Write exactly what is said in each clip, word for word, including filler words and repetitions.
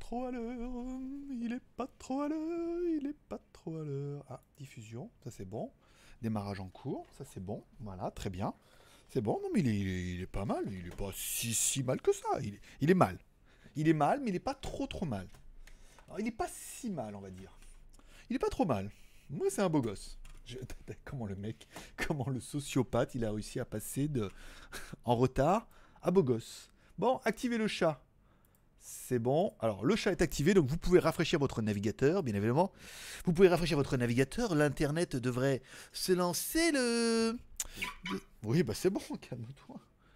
trop à l'heure, il est pas trop à l'heure, il est pas trop à l'heure. Ah, diffusion, ça c'est bon. Démarrage en cours, ça c'est bon. Voilà, très bien. C'est bon, non mais il est, il est- il est pas mal, il est pas si, si mal que ça. Il est, il est mal. Il est mal, mais il est pas trop trop mal. Alors, il est pas si mal, on va dire. Il est pas trop mal. Moi, c'est un beau gosse. Je- Comment le mec, comment le sociopathe, il a réussi à passer de en retard à beau gosse. Bon, activez le chat. C'est bon. Alors, le chat est activé, donc vous pouvez rafraîchir votre navigateur, bien évidemment. Vous pouvez rafraîchir votre navigateur. L'Internet devrait se lancer le... Oui, bah c'est bon, calme-toi.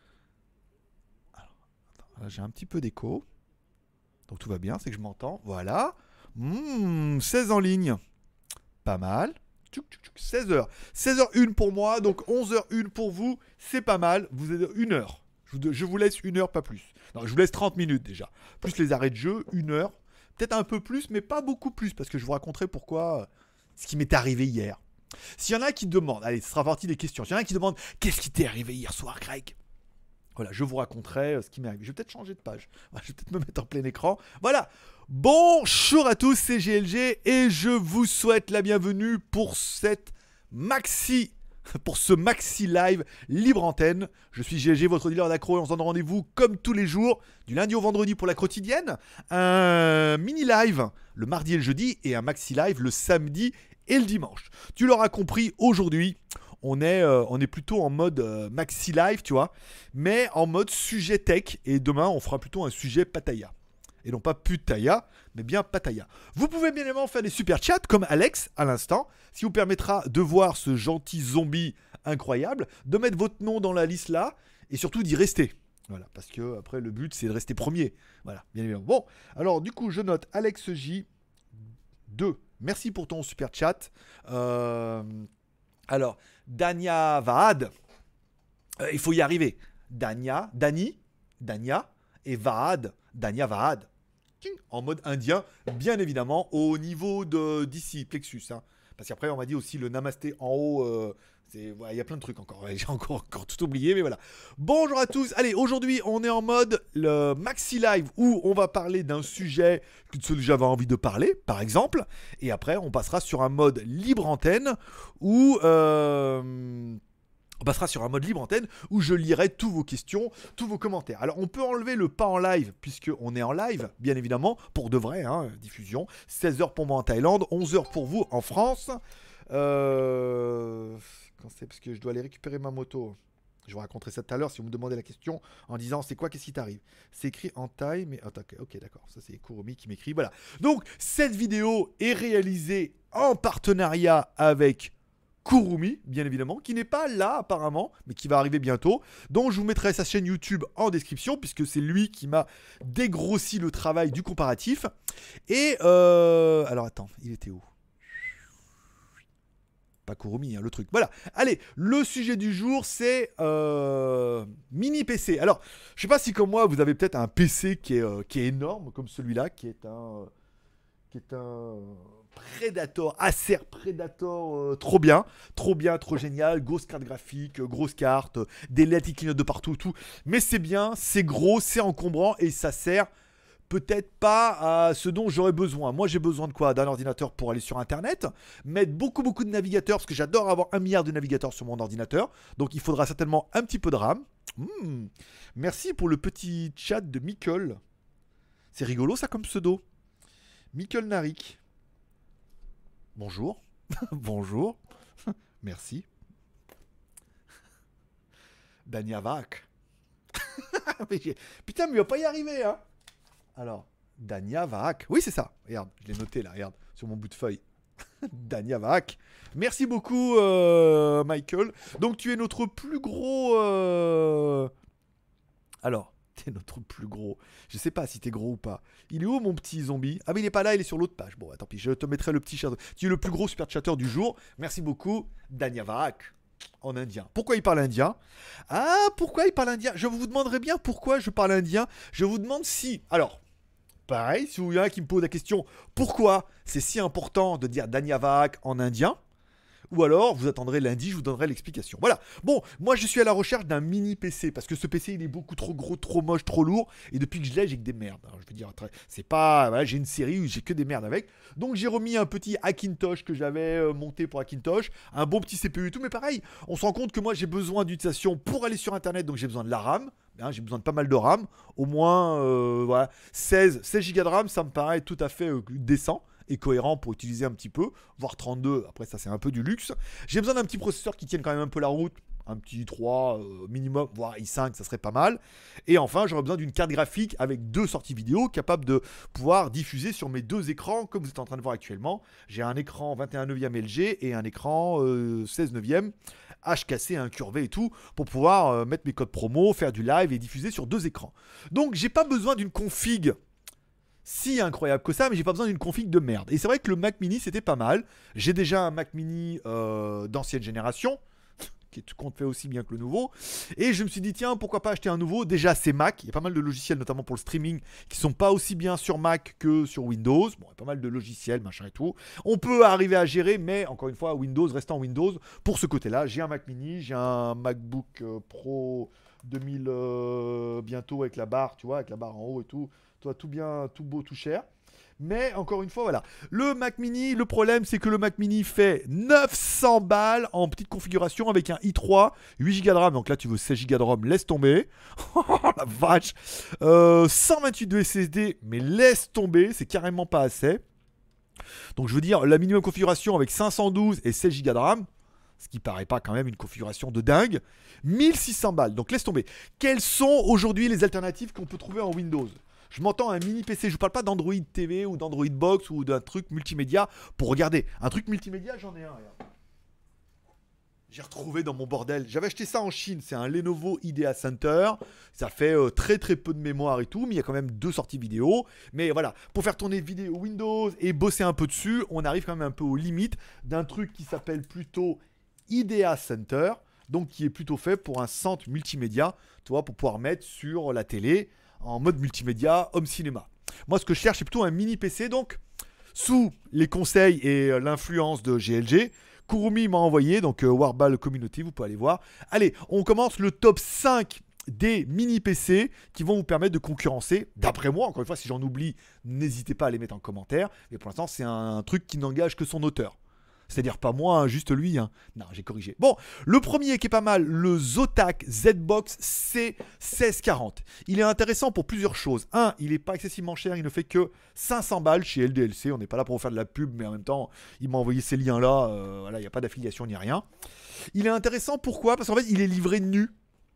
Alors, attends, là, j'ai un petit peu d'écho. Donc tout va bien, c'est que je m'entends. Voilà. Mmh, seize en ligne. Pas mal. Tchouk, tchouk, tchouk, seize heures. seize heures une pour moi, donc onze heures une pour vous. C'est pas mal. Vous avez une heure. Je vous, je vous laisse une heure, pas plus. Non, je vous laisse trente minutes déjà. Plus les arrêts de jeu, une heure. Peut-être un peu plus, mais pas beaucoup plus, parce que je vous raconterai pourquoi euh, ce qui m'est arrivé hier. S'il y en a qui demandent, allez, ce sera partie des questions. S'il y en a qui demandent, qu'est-ce qui t'est arrivé hier soir, Greg? Voilà, je vous raconterai euh, ce qui m'est arrivé. Je vais peut-être changer de page. Voilà, je vais peut-être me mettre en plein écran. Voilà. Bonjour à tous, c'est G L G et je vous souhaite la bienvenue pour cette maxi, pour ce maxi live libre antenne. Je suis G L G, votre dealer d'accro et on se donne rendez-vous comme tous les jours, du lundi au vendredi pour la quotidienne. Un mini live le mardi et le jeudi et un maxi live le samedi et le dimanche. Tu l'auras compris, aujourd'hui, on est, euh, on est plutôt en mode euh, maxi live, tu vois, mais en mode sujet tech. Et demain, on fera plutôt un sujet Pattaya. Et non pas Putaya, mais bien Pattaya. Vous pouvez bien évidemment faire des super chats comme Alex à l'instant, ce qui vous permettra de voir ce gentil zombie incroyable, de mettre votre nom dans la liste là, et surtout d'y rester. Voilà, parce que après le but c'est de rester premier. Voilà, bien évidemment. Bon, alors du coup je note Alex J deux. Merci pour ton super chat. Euh... Alors, Dania Vaad, euh, il faut y arriver. Dania, Dani, Dania et Vaad, Dania Vaad. En mode indien, bien évidemment, au niveau de d'ici, plexus. Hein. Parce qu'après, on m'a dit aussi le namasté en haut. Euh, c'est, voilà, il y a plein de trucs encore. J'ai encore, encore tout oublié, mais voilà. Bonjour à tous. Allez, aujourd'hui, on est en mode le Maxi Live où on va parler d'un sujet que j'avais envie de parler, par exemple. Et après, on passera sur un mode libre antenne où. Euh, On passera sur un mode libre antenne où je lirai toutes vos questions, tous vos commentaires. Alors on peut enlever le pas en live puisqu'on est en live, bien évidemment, pour de vrai, hein, diffusion. seize heures pour moi en Thaïlande, onze heures pour vous en France. Euh... Quand c'est parce que je dois aller récupérer ma moto. Je vous raconterai ça tout à l'heure si vous me demandez la question en disant c'est quoi, qu'est-ce qui t'arrive. C'est écrit en thaï, mais... Oh, ok, ok, d'accord, ça c'est Kurumi qui m'écrit. Voilà. Donc cette vidéo est réalisée en partenariat avec Kurumi, bien évidemment, qui n'est pas là apparemment, mais qui va arriver bientôt. Donc je vous mettrai sa chaîne YouTube en description, puisque c'est lui qui m'a dégrossi le travail du comparatif. Et euh... alors attends, il était où? Pas Kurumi, hein, le truc. Voilà. Allez, le sujet du jour, c'est euh, mini P C. Alors, je sais pas si comme moi, vous avez peut-être un P C qui est, euh, qui est énorme, comme celui-là, qui est un... qui est un Predator, Acer Predator, euh, trop bien, trop bien, trop génial, grosse carte graphique, euh, grosse carte, euh, des L E D qui clignotent de partout, tout. Mais c'est bien, c'est gros, c'est encombrant et ça sert peut-être pas à ce dont j'aurais besoin. Moi, j'ai besoin de quoi? D'un ordinateur pour aller sur Internet, mettre beaucoup, beaucoup de navigateurs, parce que j'adore avoir un milliard de navigateurs sur mon ordinateur. Donc, il faudra certainement un petit peu de RAM. Mmh. Merci pour le petit chat de Mikkel. C'est rigolo, ça, comme pseudo. Mikkel Narik. Bonjour. Bonjour. Merci. Daniavac. Putain, mais il va pas y arriver, hein. Alors, Daniavac. Oui, c'est ça. Regarde, je l'ai noté là, regarde, sur mon bout de feuille. Daniavac. Merci beaucoup, euh, Michael. Donc, tu es notre plus gros... Euh... Alors, t'es notre plus gros. Je sais pas si t'es gros ou pas. Il est où mon petit zombie? Ah mais il est pas là, il est sur l'autre page. Bon, tant pis, je te mettrai le petit chat. Tu es le plus gros super chatter du jour. Merci beaucoup, Daniavac, en indien. Pourquoi il parle indien? Ah, pourquoi il parle indien? Je vous demanderai bien pourquoi je parle indien. Je vous demande si... Alors, pareil, si il y en a qui me pose la question, pourquoi c'est si important de dire Daniavac en indien? ou alors vous attendrez lundi, je vous donnerai l'explication. Voilà. Bon, moi je suis à la recherche d'un mini P C parce que ce P C il est beaucoup trop gros, trop moche, trop lourd et depuis que je l'ai, j'ai que des merdes. Alors, je veux dire, c'est pas, voilà, j'ai une série où j'ai que des merdes avec. Donc j'ai remis un petit Hackintosh que j'avais euh, monté pour Hackintosh, un bon petit C P U et tout, mais pareil, on se rend compte que moi j'ai besoin d'utilisation pour aller sur internet, donc j'ai besoin de la RAM. Hein, j'ai besoin de pas mal de RAM, au moins euh, voilà, seize gigas de RAM, ça me paraît tout à fait euh, décent et cohérent pour utiliser un petit peu, voire trente-deux, après ça c'est un peu du luxe. J'ai besoin d'un petit processeur qui tienne quand même un peu la route, un petit i trois euh, minimum, voire i cinq, ça serait pas mal. Et enfin, j'aurais besoin d'une carte graphique avec deux sorties vidéo capable de pouvoir diffuser sur mes deux écrans, comme vous êtes en train de voir actuellement. J'ai un écran vingt et un neuvième L G et un écran euh, seize neuvième. H cassé, incurvé et tout, pour pouvoir euh, mettre mes codes promo, faire du live et diffuser sur deux écrans. Donc j'ai pas besoin d'une config si incroyable que ça, mais j'ai pas besoin d'une config de merde. Et c'est vrai que le Mac Mini c'était pas mal. J'ai déjà un Mac Mini euh, d'ancienne génération, qui compte fait aussi bien que le nouveau. Et je me suis dit, tiens, pourquoi pas acheter un nouveau. Déjà, c'est Mac. Il y a pas mal de logiciels, notamment pour le streaming, qui sont pas aussi bien sur Mac que sur Windows. Bon, il y a pas mal de logiciels, machin et tout. On peut arriver à gérer, mais encore une fois, Windows reste en Windows. Pour ce côté-là, j'ai un Mac Mini, j'ai un MacBook Pro deux mille euh, bientôt avec la barre, tu vois, avec la barre en haut et tout. Toi, tout bien, tout beau, tout cher. Mais encore une fois, voilà. Le Mac Mini, le problème, c'est que le Mac Mini fait neuf cents balles en petite configuration avec un i trois, huit gigas de RAM. Donc là, tu veux seize gigas de RAM, laisse tomber. Oh la vache. Euh, cent vingt-huit de S S D, mais laisse tomber, c'est carrément pas assez. Donc je veux dire, la minimum configuration avec cinq cent douze et seize gigas de RAM, ce qui paraît pas quand même une configuration de dingue, mille six cents balles. Donc laisse tomber. Quelles sont aujourd'hui les alternatives qu'on peut trouver en Windows ? Je m'entends un mini P C, je ne parle pas d'Android T V ou d'Android Box ou d'un truc multimédia pour regarder. Un truc multimédia, j'en ai un, regarde. J'ai retrouvé dans mon bordel. J'avais acheté ça en Chine, c'est un Lenovo Idea Center. Ça fait euh, très très peu de mémoire et tout, mais il y a quand même deux sorties vidéo. Mais voilà, pour faire tourner vidéo Windows et bosser un peu dessus, on arrive quand même un peu aux limites d'un truc qui s'appelle plutôt Idea Center, donc qui est plutôt fait pour un centre multimédia, tu vois, pour pouvoir mettre sur la télé en mode multimédia, home cinéma. Moi, ce que je cherche, c'est plutôt un mini P C. Donc, sous les conseils et l'influence de G L G, Kurumi m'a envoyé, donc euh, Warball Community, vous pouvez aller voir. Allez, on commence le top cinq des mini P C qui vont vous permettre de concurrencer, d'après moi, encore une fois, si j'en oublie, n'hésitez pas à les mettre en commentaire. Mais pour l'instant, c'est un truc qui n'engage que son auteur. C'est-à-dire pas moi, hein, juste lui. Hein. Non, j'ai corrigé. Bon, le premier qui est pas mal, le Zotac Z-Box C seize quarante. Il est intéressant pour plusieurs choses. Un, il n'est pas excessivement cher, il ne fait que cinq cents balles chez L D L C. On n'est pas là pour vous faire de la pub, mais en même temps, il m'a envoyé ces liens-là. Euh, voilà, il n'y a pas d'affiliation ni rien. Il est intéressant, pourquoi ? Parce qu'en fait, il est livré nu.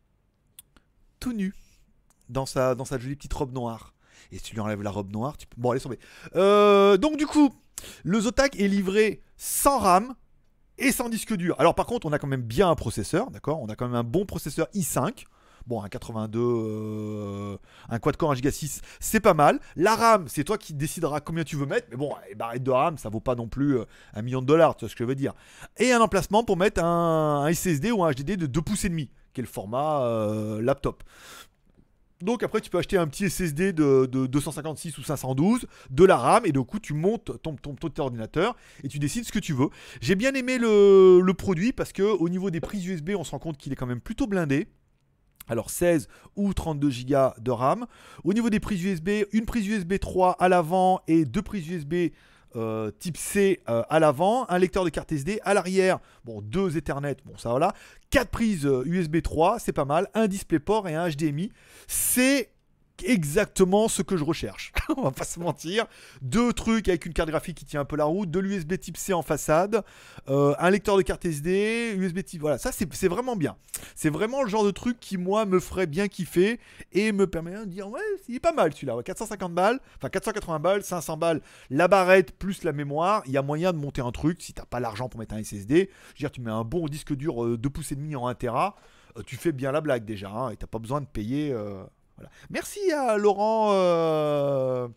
Tout nu. Dans sa, dans sa jolie petite robe noire. Et si tu lui enlèves la robe noire, tu peux... Bon, allez, tomber. Euh, donc, du coup, le Zotac est livré sans RAM et sans disque dur. Alors, par contre, on a quand même bien un processeur, d'accord ? On a quand même un bon processeur i cinq. Bon, un quatre-vingt-deux, euh, un quad-core un giga six, c'est pas mal. La RAM, c'est toi qui décideras combien tu veux mettre. Mais bon, les barrettes de RAM, ça vaut pas non plus euh, un million de dollars, tu vois ce que je veux dire. Et un emplacement pour mettre un, un S S D ou un H D D de deux pouces et demi, qui est le format euh, laptop. Donc après tu peux acheter un petit S S D de, de deux cent cinquante-six ou cinq cent douze, de la RAM, et du coup tu montes ton, ton, ton ordinateur et tu décides ce que tu veux. J'ai bien aimé le, le produit parce que au niveau des prises U S B, on se rend compte qu'il est quand même plutôt blindé. Alors seize ou trente-deux gigas de RAM. Au niveau des prises U S B, une prise U S B trois à l'avant et deux prises U S B Euh, type C euh, à l'avant, un lecteur de carte S D à l'arrière, bon, deux Ethernet, bon ça voilà, quatre prises euh, U S B trois, c'est pas mal, un DisplayPort et un H D M I, c'est exactement ce que je recherche, on va pas se mentir. Deux trucs avec une carte graphique qui tient un peu la route, de l'U S B type C en façade, euh, un lecteur de carte S D, U S B type, voilà, ça c'est, c'est vraiment bien. C'est vraiment le genre de truc qui moi me ferait bien kiffer et me permet de dire ouais, il est pas mal celui-là, ouais, quatre cent cinquante balles, enfin quatre cent quatre-vingts balles, cinq cents balles, la barrette plus la mémoire, il y a moyen de monter un truc si t'as pas l'argent pour mettre un S S D. Je veux dire, tu mets un bon disque dur euh, deux pouces et demi en un téra, euh, tu fais bien la blague déjà, hein, et t'as pas besoin de payer. Euh... Voilà. Merci à Laurent euh...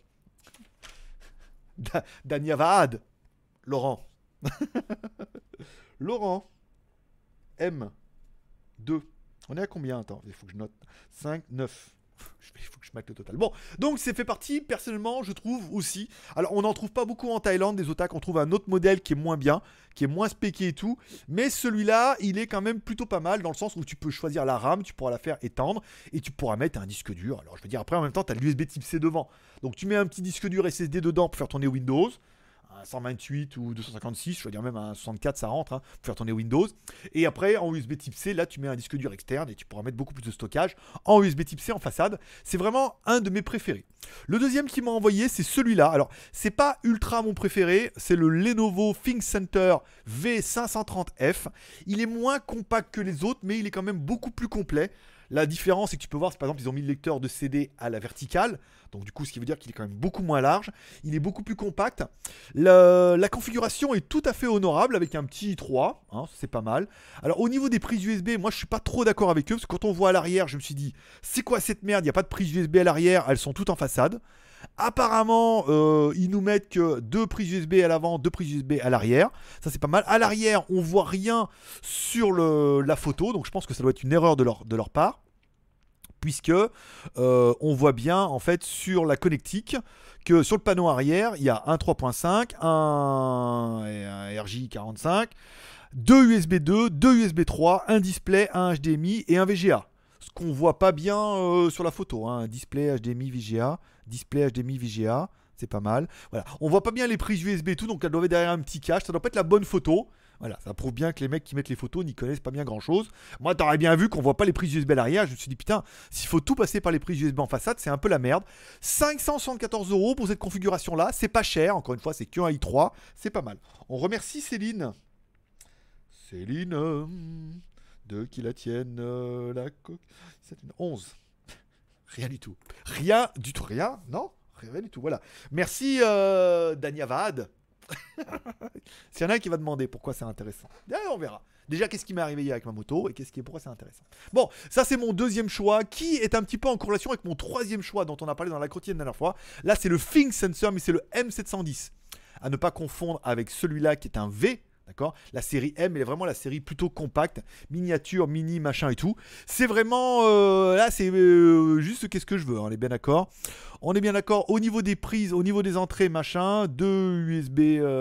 da- Danyavad. Laurent. Laurent. M. deux. On est à combien ? Attends, il faut que je note. cinq, neuf. Il faut que je mette le total. Bon, donc c'est fait partie, personnellement, je trouve aussi. Alors, on n'en trouve pas beaucoup en Thaïlande, des Zotac. On trouve un autre modèle qui est moins bien, qui est moins spéqué et tout. Mais celui-là, il est quand même plutôt pas mal, dans le sens où tu peux choisir la RAM, tu pourras la faire étendre, et tu pourras mettre un disque dur. Alors, je veux dire, après, en même temps, tu as l'U S B type C devant. Donc, tu mets un petit disque dur S S D dedans pour faire tourner Windows. Un cent vingt-huit ou deux cent cinquante-six, je veux dire même un soixante-quatre, ça rentre, hein, pour faire tourner Windows. Et après, en U S B type C, là, tu mets un disque dur externe et tu pourras mettre beaucoup plus de stockage en U S B type C en façade. C'est vraiment un de mes préférés. Le deuxième qui m'a envoyé, c'est celui-là. Alors, c'est pas ultra mon préféré, c'est le Lenovo ThinkCenter V cinq cent trente F. Il est moins compact que les autres, mais il est quand même beaucoup plus complet. La différence, c'est que tu peux voir, par exemple, ils ont mis le lecteur de C D à la verticale. Donc du coup, ce qui veut dire qu'il est quand même beaucoup moins large. Il est beaucoup plus compact. Le, la configuration est tout à fait honorable avec un petit i trois. Hein, c'est pas mal. Alors au niveau des prises U S B, moi je suis pas trop d'accord avec eux. Parce que quand on voit à l'arrière, je me suis dit, c'est quoi cette merde? Il n'y a pas de prise U S B à l'arrière. Elles sont toutes en façade. Apparemment, euh, ils nous mettent que deux prises U S B à l'avant, deux prises U S B à l'arrière. Ça, c'est pas mal. À l'arrière, on voit rien sur le, la photo. Donc, je pense que ça doit être une erreur de leur, de leur part. Puisque euh, on voit bien, en fait, sur la connectique, que sur le panneau arrière, il y a un trois point cinq, un, un R J quarante-cinq, deux U S B deux, deux U S B trois, un display, un H D M I et un V G A. Ce qu'on voit pas bien euh, sur la photo. Hein. Display, H D M I, V G A. Display, H D M I, V G A. C'est pas mal. Voilà. On voit pas bien les prises U S B et tout, donc elles doivent être derrière un petit cache. Ça doit pas être la bonne photo. Voilà, ça prouve bien que les mecs qui mettent les photos n'y connaissent pas bien grand chose. Moi, t'aurais bien vu qu'on voit pas les prises U S B à l'arrière. Je me suis dit, putain, s'il faut tout passer par les prises U S B en façade, c'est un peu la merde. cinq cent soixante-quatorze euros pour cette configuration-là. C'est pas cher. Encore une fois, c'est qu'un i trois. C'est pas mal. On remercie Céline. Céline, euh, de qui la tienne, euh, la coque. C'est une onze. Rien du tout. Rien du tout. Rien, non Rien du tout. Voilà. Merci, euh, Danyavad. S'il y en a un qui va demander pourquoi c'est intéressant, on verra. Déjà, qu'est-ce qui m'est arrivé hier avec ma moto et qu'est-ce qui est, pourquoi c'est intéressant. Bon, ça c'est mon deuxième choix qui est un petit peu en corrélation avec mon troisième choix dont on a parlé dans la quotidienne la dernière fois. Là, c'est le ThinkSensor, mais c'est le M sept cent dix. À ne pas confondre avec celui-là qui est un V. D'accord. La série M, elle est vraiment la série plutôt compacte, miniature, mini, machin et tout. C'est vraiment... Euh, là, c'est euh, juste qu'est-ce que je veux, hein, on est bien d'accord. On est bien d'accord au niveau des prises, au niveau des entrées, machin. Deux U S B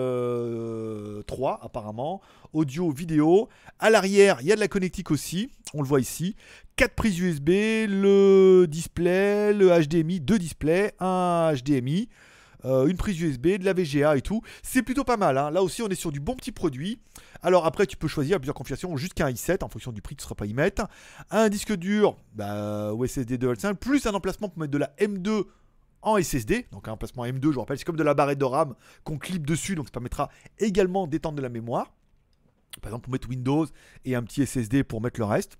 euh, trois, apparemment. Audio, vidéo. À l'arrière, il y a de la connectique aussi. On le voit ici. Quatre prises U S B, le display, le H D M I, deux displays, un H D M I. Euh, une prise U S B, de la V G A et tout. C'est plutôt pas mal. Hein. Là aussi, on est sur du bon petit produit. Alors après, tu peux choisir plusieurs configurations jusqu'à un i sept en fonction du prix que tu ne seras pas y mettre. Un disque dur bah, ou S S D deux cinq, plus un emplacement pour mettre de la M deux en S S D. Donc un emplacement M deux, je vous rappelle, c'est comme de la barrette de RAM qu'on clip dessus. Donc ça permettra également d'étendre de la mémoire. Par exemple, pour mettre Windows et un petit S S D pour mettre le reste.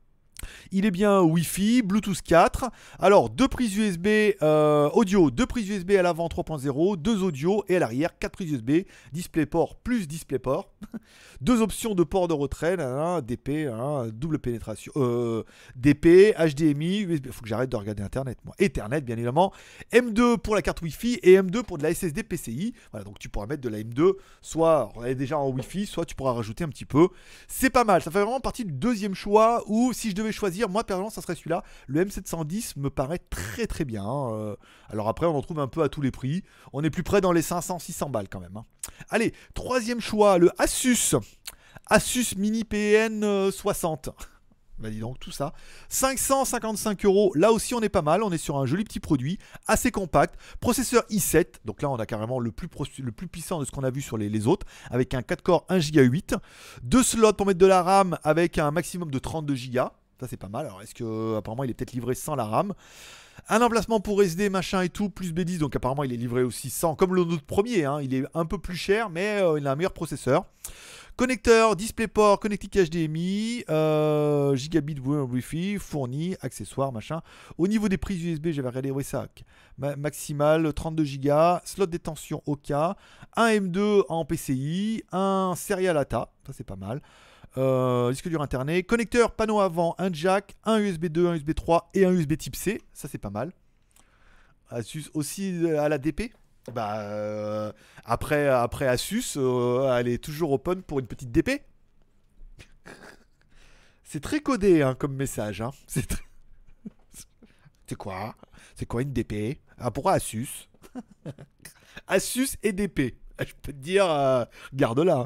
Il est bien Wi-Fi, Bluetooth quatre. Alors, deux prises U S B euh, audio, deux prises U S B à l'avant trois point zéro, deux audio et à l'arrière quatre prises U S B, DisplayPort plus DisplayPort. Deux options de port de retrait, là, là, D P, là, double pénétration, euh, D P, H D M I, U S B. Il faut que j'arrête de regarder Internet, moi. Ethernet, bien évidemment. M deux pour la carte Wi-Fi et M deux pour de la S S D P C I. Voilà, donc tu pourras mettre de la M deux, soit elle est déjà en Wi-Fi, soit tu pourras rajouter un petit peu. C'est pas mal. Ça fait vraiment partie du deuxième choix où si je devais choisir, moi personnellement ça serait celui-là. Le M sept cent dix me paraît très très bien. Hein. Alors après on en trouve un peu à tous les prix. On est plus près dans les cinq cents six cents balles quand même. Hein. Allez, troisième choix, le Asus. Asus Mini P N soixante. Bah dis donc tout ça. cinq cent cinquante-cinq euros. Là aussi on est pas mal. On est sur un joli petit produit, assez compact. Processeur i sept. Donc là on a carrément le plus, le plus puissant de ce qu'on a vu sur les, les autres. Avec un quatre core un giga huit. Deux slots pour mettre de la RAM avec un maximum de trente-deux gigas. Ça c'est pas mal. Alors est-ce que apparemment il est peut-être livré sans la RAM. Un emplacement pour S D machin et tout plus B dix. Donc apparemment il est livré aussi sans. Comme le nôtre premier. Hein, il est un peu plus cher mais euh, il a un meilleur processeur. Connecteur, DisplayPort, connectique H D M I, euh, gigabit Wi-Fi, fourni, accessoires, machin. Au niveau des prises U S B, j'avais regardé, oui, ça, ma maximal, trente-deux gigas, slot détention O K, un M deux en P C I, un Serial A T A, ça c'est pas mal. Euh, disque dur internet, connecteur, panneau avant, un jack, un U S B deux, un U S B trois et un U S B type C, ça c'est pas mal. Asus aussi à la D P. Bah, euh, après, après Asus, euh, elle est toujours open pour une petite D P. C'est très codé hein, comme message. Hein. C'est très... C'est quoi? C'est quoi une D P? Ah, pourquoi Asus? Asus et D P. Je peux te dire, euh, garde-la.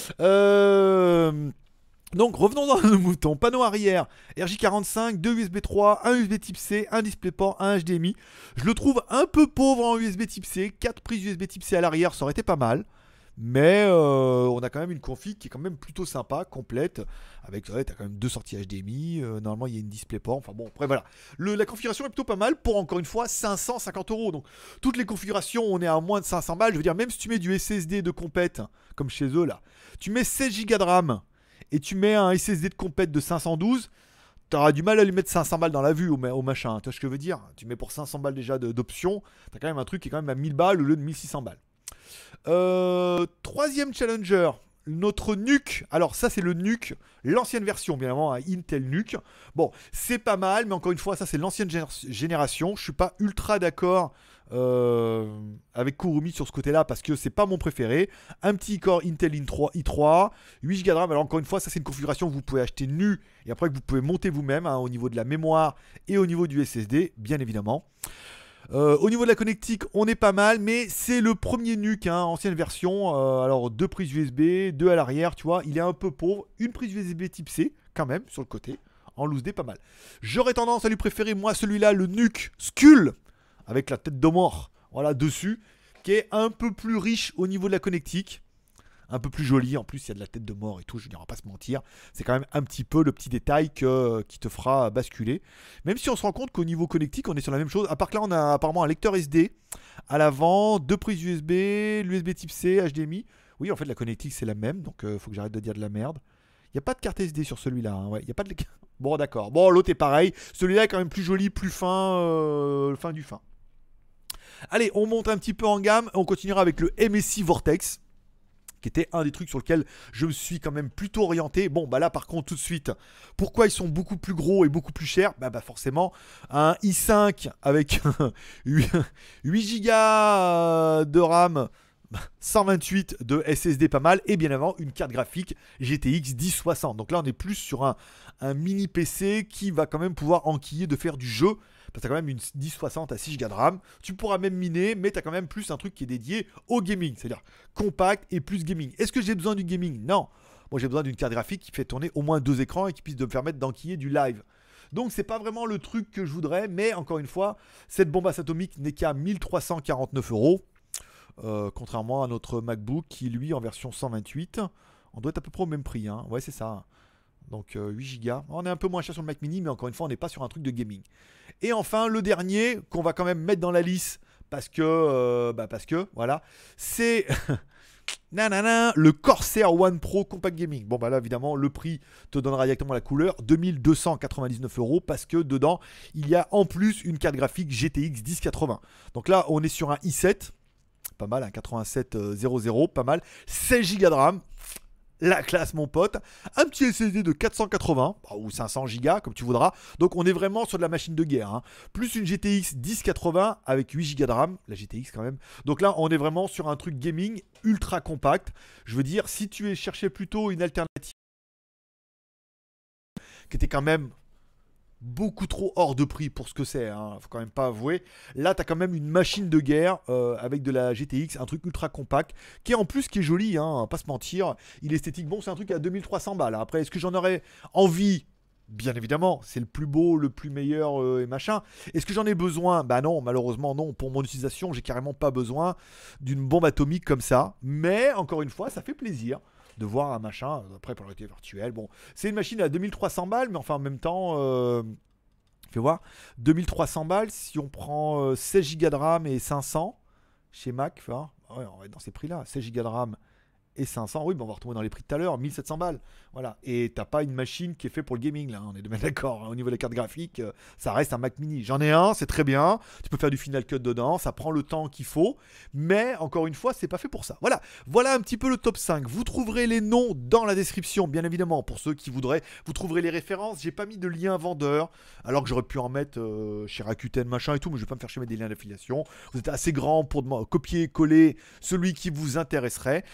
Euh... Donc revenons dans le mouton. Panneau arrière, R J quarante-cinq, deux U S B trois, un U S B type C, un DisplayPort, un H D M I. Je le trouve un peu pauvre en U S B type C. quatre prises U S B type C à l'arrière, ça aurait été pas mal. Mais euh, on a quand même une config qui est quand même plutôt sympa, complète. Avec, ouais, t'as quand même deux sorties H D M I. Euh, normalement, il y a une DisplayPort. Enfin bon, après voilà. Le, la configuration est plutôt pas mal pour encore une fois cinq cent cinquante euros. Donc toutes les configurations, on est à moins de cinq cents balles. Je veux dire, même si tu mets du S S D de compète, comme chez eux là, tu mets seize gigas de RAM et tu mets un S S D de compète de cinq cent douze. T'auras du mal à lui mettre cinq cents balles dans la vue au, au machin. Tu vois ce que je veux dire? Tu mets pour cinq cents balles déjà d'options. T'as quand même un truc qui est quand même à mille balles au lieu de mille six cents balles. Euh, troisième challenger, notre N U C. Alors ça c'est le N U C, l'ancienne version bien évidemment, hein, Intel N U C. Bon, c'est pas mal, mais encore une fois, ça c'est l'ancienne génération. Je suis pas ultra d'accord euh, avec Kurumi sur ce côté-là parce que c'est pas mon préféré. Un petit core Intel i trois, huit gigas de RAM. Alors encore une fois, ça c'est une configuration que vous pouvez acheter nue et après que vous pouvez monter vous-même hein, au niveau de la mémoire et au niveau du S S D, bien évidemment. Euh, au niveau de la connectique, on est pas mal, mais c'est le premier N U C, hein, ancienne version. Euh, alors, deux prises U S B, deux à l'arrière, tu vois, il est un peu pauvre. Une prise U S B type C, quand même, sur le côté. En loose D, pas mal. J'aurais tendance à lui préférer, moi, celui-là, le N U C Skull, avec la tête de mort, voilà, dessus, qui est un peu plus riche au niveau de la connectique. Un peu plus joli, en plus il y a de la tête de mort et tout, je ne vais pas se mentir. C'est quand même un petit peu le petit détail que, qui te fera basculer. Même si on se rend compte qu'au niveau connectique, on est sur la même chose. À part que là, on a apparemment un lecteur S D à l'avant, deux prises U S B, l'U S B type C, H D M I. Oui, en fait, la connectique c'est la même, donc il euh, faut que j'arrête de dire de la merde. Il n'y a pas de carte S D sur celui-là. Hein. Ouais, y a pas de... Bon, d'accord. Bon, l'autre est pareil. Celui-là est quand même plus joli, plus fin, euh, fin du fin. Allez, on monte un petit peu en gamme. On continuera avec le M S I Vortex, qui était un des trucs sur lequel je me suis quand même plutôt orienté. Bon, bah là, par contre, tout de suite, pourquoi ils sont beaucoup plus gros et beaucoup plus chers? Bah, bah forcément, un i cinq avec huit gigas de RAM, cent vingt-huit de S S D, pas mal, et bien avant, une carte graphique G T X dix soixante. Donc là, on est plus sur un, un mini P C qui va quand même pouvoir enquiller de faire du jeu. Parce que tu as quand même une dix soixante à six gigas de RAM. Tu pourras même miner, mais tu as quand même plus un truc qui est dédié au gaming. C'est-à-dire compact et plus gaming. Est-ce que j'ai besoin du gaming? Non. Moi, j'ai besoin d'une carte graphique qui fait tourner au moins deux écrans et qui puisse me permettre d'enquiller du live. Donc, c'est pas vraiment le truc que je voudrais. Mais encore une fois, cette bombasse atomique n'est qu'à mille trois cent quarante-neuf euros. Euh, contrairement à notre MacBook qui, lui, en version cent vingt-huit, on doit être à peu près au même prix. Hein. Ouais, c'est ça. Donc euh, huit gigas. On est un peu moins cher sur le Mac Mini, mais encore une fois, on n'est pas sur un truc de gaming. Et enfin, le dernier qu'on va quand même mettre dans la liste, parce que, euh, bah parce que, voilà, c'est nanana, le Corsair One Pro Compact Gaming. Bon, bah là, évidemment, le prix te donnera directement la couleur, deux mille deux cent quatre-vingt-dix-neuf euros, parce que dedans, il y a en plus une carte graphique G T X dix quatre-vingts. Donc là, on est sur un i sept, pas mal, un quatre-vingt-sept zéro zéro, pas mal, seize gigas de RAM. La classe, mon pote. Un petit S S D de quatre cent quatre-vingts ou cinq cents gigas, comme tu voudras. Donc, on est vraiment sur de la machine de guerre. Hein. Plus une G T X dix quatre-vingts avec huit gigas de RAM. La G T X, quand même. Donc là, on est vraiment sur un truc gaming ultra compact. Je veux dire, si tu es cherché plutôt une alternative qui était quand même beaucoup trop hors de prix pour ce que c'est, hein, faut quand même pas avouer. Là, tu as quand même une machine de guerre euh, avec de la G T X, un truc ultra compact, qui est en plus qui est joli, hein, pas se mentir. Il est esthétique, bon, c'est un truc à deux mille trois cents balles. Après, est-ce que j'en aurais envie? Bien évidemment, c'est le plus beau, le plus meilleur euh, et machin. Est-ce que j'en ai besoin? Bah non, malheureusement non. Pour mon utilisation, j'ai carrément pas besoin d'une bombe atomique comme ça. Mais encore une fois, ça fait plaisir de voir un machin, après pour la réalité virtuelle. Bon, c'est une machine à deux mille trois cents balles, mais enfin en même temps, euh, fais voir, deux mille trois cents balles, si on prend euh, seize gigas de RAM et cinq cents chez Mac, fais voir, ouais, on va être dans ces prix-là, seize gigas de RAM et cinq cents, oui, ben on va retrouver dans les prix de tout à l'heure, mille sept cents balles, voilà, et t'as pas une machine qui est faite pour le gaming, là, on est de même d'accord, hein, au niveau des cartes graphiques, euh, ça reste un Mac Mini, j'en ai un, c'est très bien, tu peux faire du Final Cut dedans, ça prend le temps qu'il faut, mais encore une fois, c'est pas fait pour ça, voilà, voilà un petit peu le top cinq, vous trouverez les noms dans la description, bien évidemment, pour ceux qui voudraient, vous trouverez les références, j'ai pas mis de lien vendeur, alors que j'aurais pu en mettre euh, chez Rakuten, machin et tout, mais je vais pas me faire chier mettre des liens d'affiliation, vous êtes assez grand pour copier-coller celui qui vous intéresserait, si j'en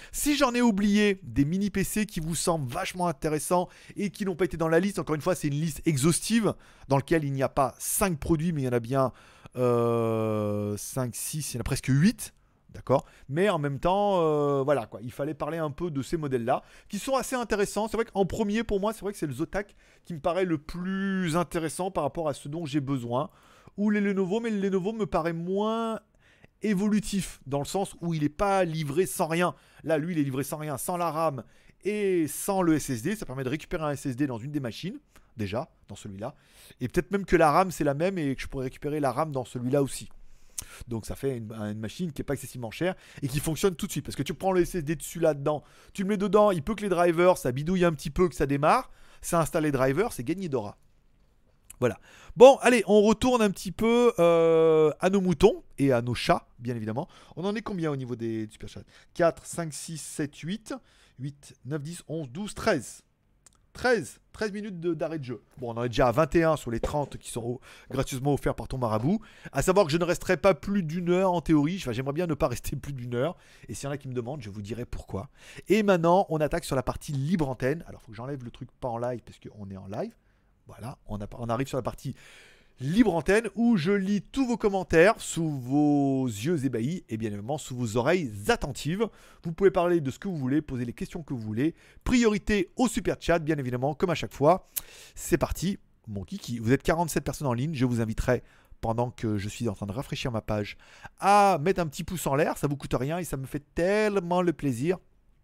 j'en ai oublié des mini P C qui vous semblent vachement intéressants et qui n'ont pas été dans la liste, encore une fois, c'est une liste exhaustive dans laquelle il n'y a pas cinq produits, mais il y en a bien euh, cinq, six, il y en a presque huit. D'accord. Mais en même temps, euh, voilà quoi, il fallait parler un peu de ces modèles-là, qui sont assez intéressants. C'est vrai qu'en premier, pour moi, c'est vrai que c'est le Zotac qui me paraît le plus intéressant par rapport à ce dont j'ai besoin. Ou les Lenovo, mais le Lenovo me paraît moins évolutif, dans le sens où il n'est pas livré sans rien. Là, lui, il est livré sans rien, sans la RAM et sans le S S D. Ça permet de récupérer un S S D dans une des machines, déjà, dans celui-là. Et peut-être même que la RAM, c'est la même et que je pourrais récupérer la RAM dans celui-là aussi. Donc ça fait une, une machine qui n'est pas excessivement chère et qui fonctionne tout de suite. Parce que tu prends le S S D dessus là-dedans, tu le mets dedans, il peut que les drivers, ça bidouille un petit peu, que ça démarre. Ça installe les drivers, c'est gagné d'aura. Voilà. Bon, allez, on retourne un petit peu euh, à nos moutons et à nos chats, bien évidemment. On en est combien au niveau des super chats? Quatre, cinq, six, sept, huit, huit, neuf, dix, onze, douze, treize. treize, treize minutes d'arrêt de, de jeu. Bon, on en est déjà à vingt et un sur les trente qui sont au, gracieusement offerts par ton marabout. À savoir que je ne resterai pas plus d'une heure en théorie. Enfin, j'aimerais bien ne pas rester plus d'une heure. Et s'il y en a qui me demandent, je vous dirai pourquoi. Et maintenant, on attaque sur la partie libre antenne. Alors, il faut que j'enlève le truc pas en live parce qu'on est en live. Voilà, on, a, on arrive sur la partie libre antenne où je lis tous vos commentaires sous vos yeux ébahis et bien évidemment sous vos oreilles attentives. Vous pouvez parler de ce que vous voulez, poser les questions que vous voulez. Priorité au super chat, bien évidemment, comme à chaque fois. C'est parti, mon kiki. Vous êtes quarante-sept personnes en ligne. Je vous inviterai, pendant que je suis en train de rafraîchir ma page, à mettre un petit pouce en l'air. Ça ne vous coûte rien et ça me fait tellement le plaisir.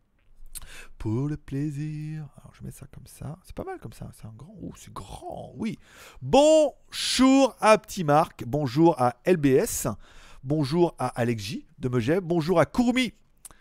Pour le plaisir. Alors je mets ça comme ça. C'est pas mal comme ça. C'est un grand. Oh, c'est grand. Oui. Bonjour à Petit Marc. Bonjour à L B S. Bonjour à Alex J de Megève. Bonjour à Kurumi.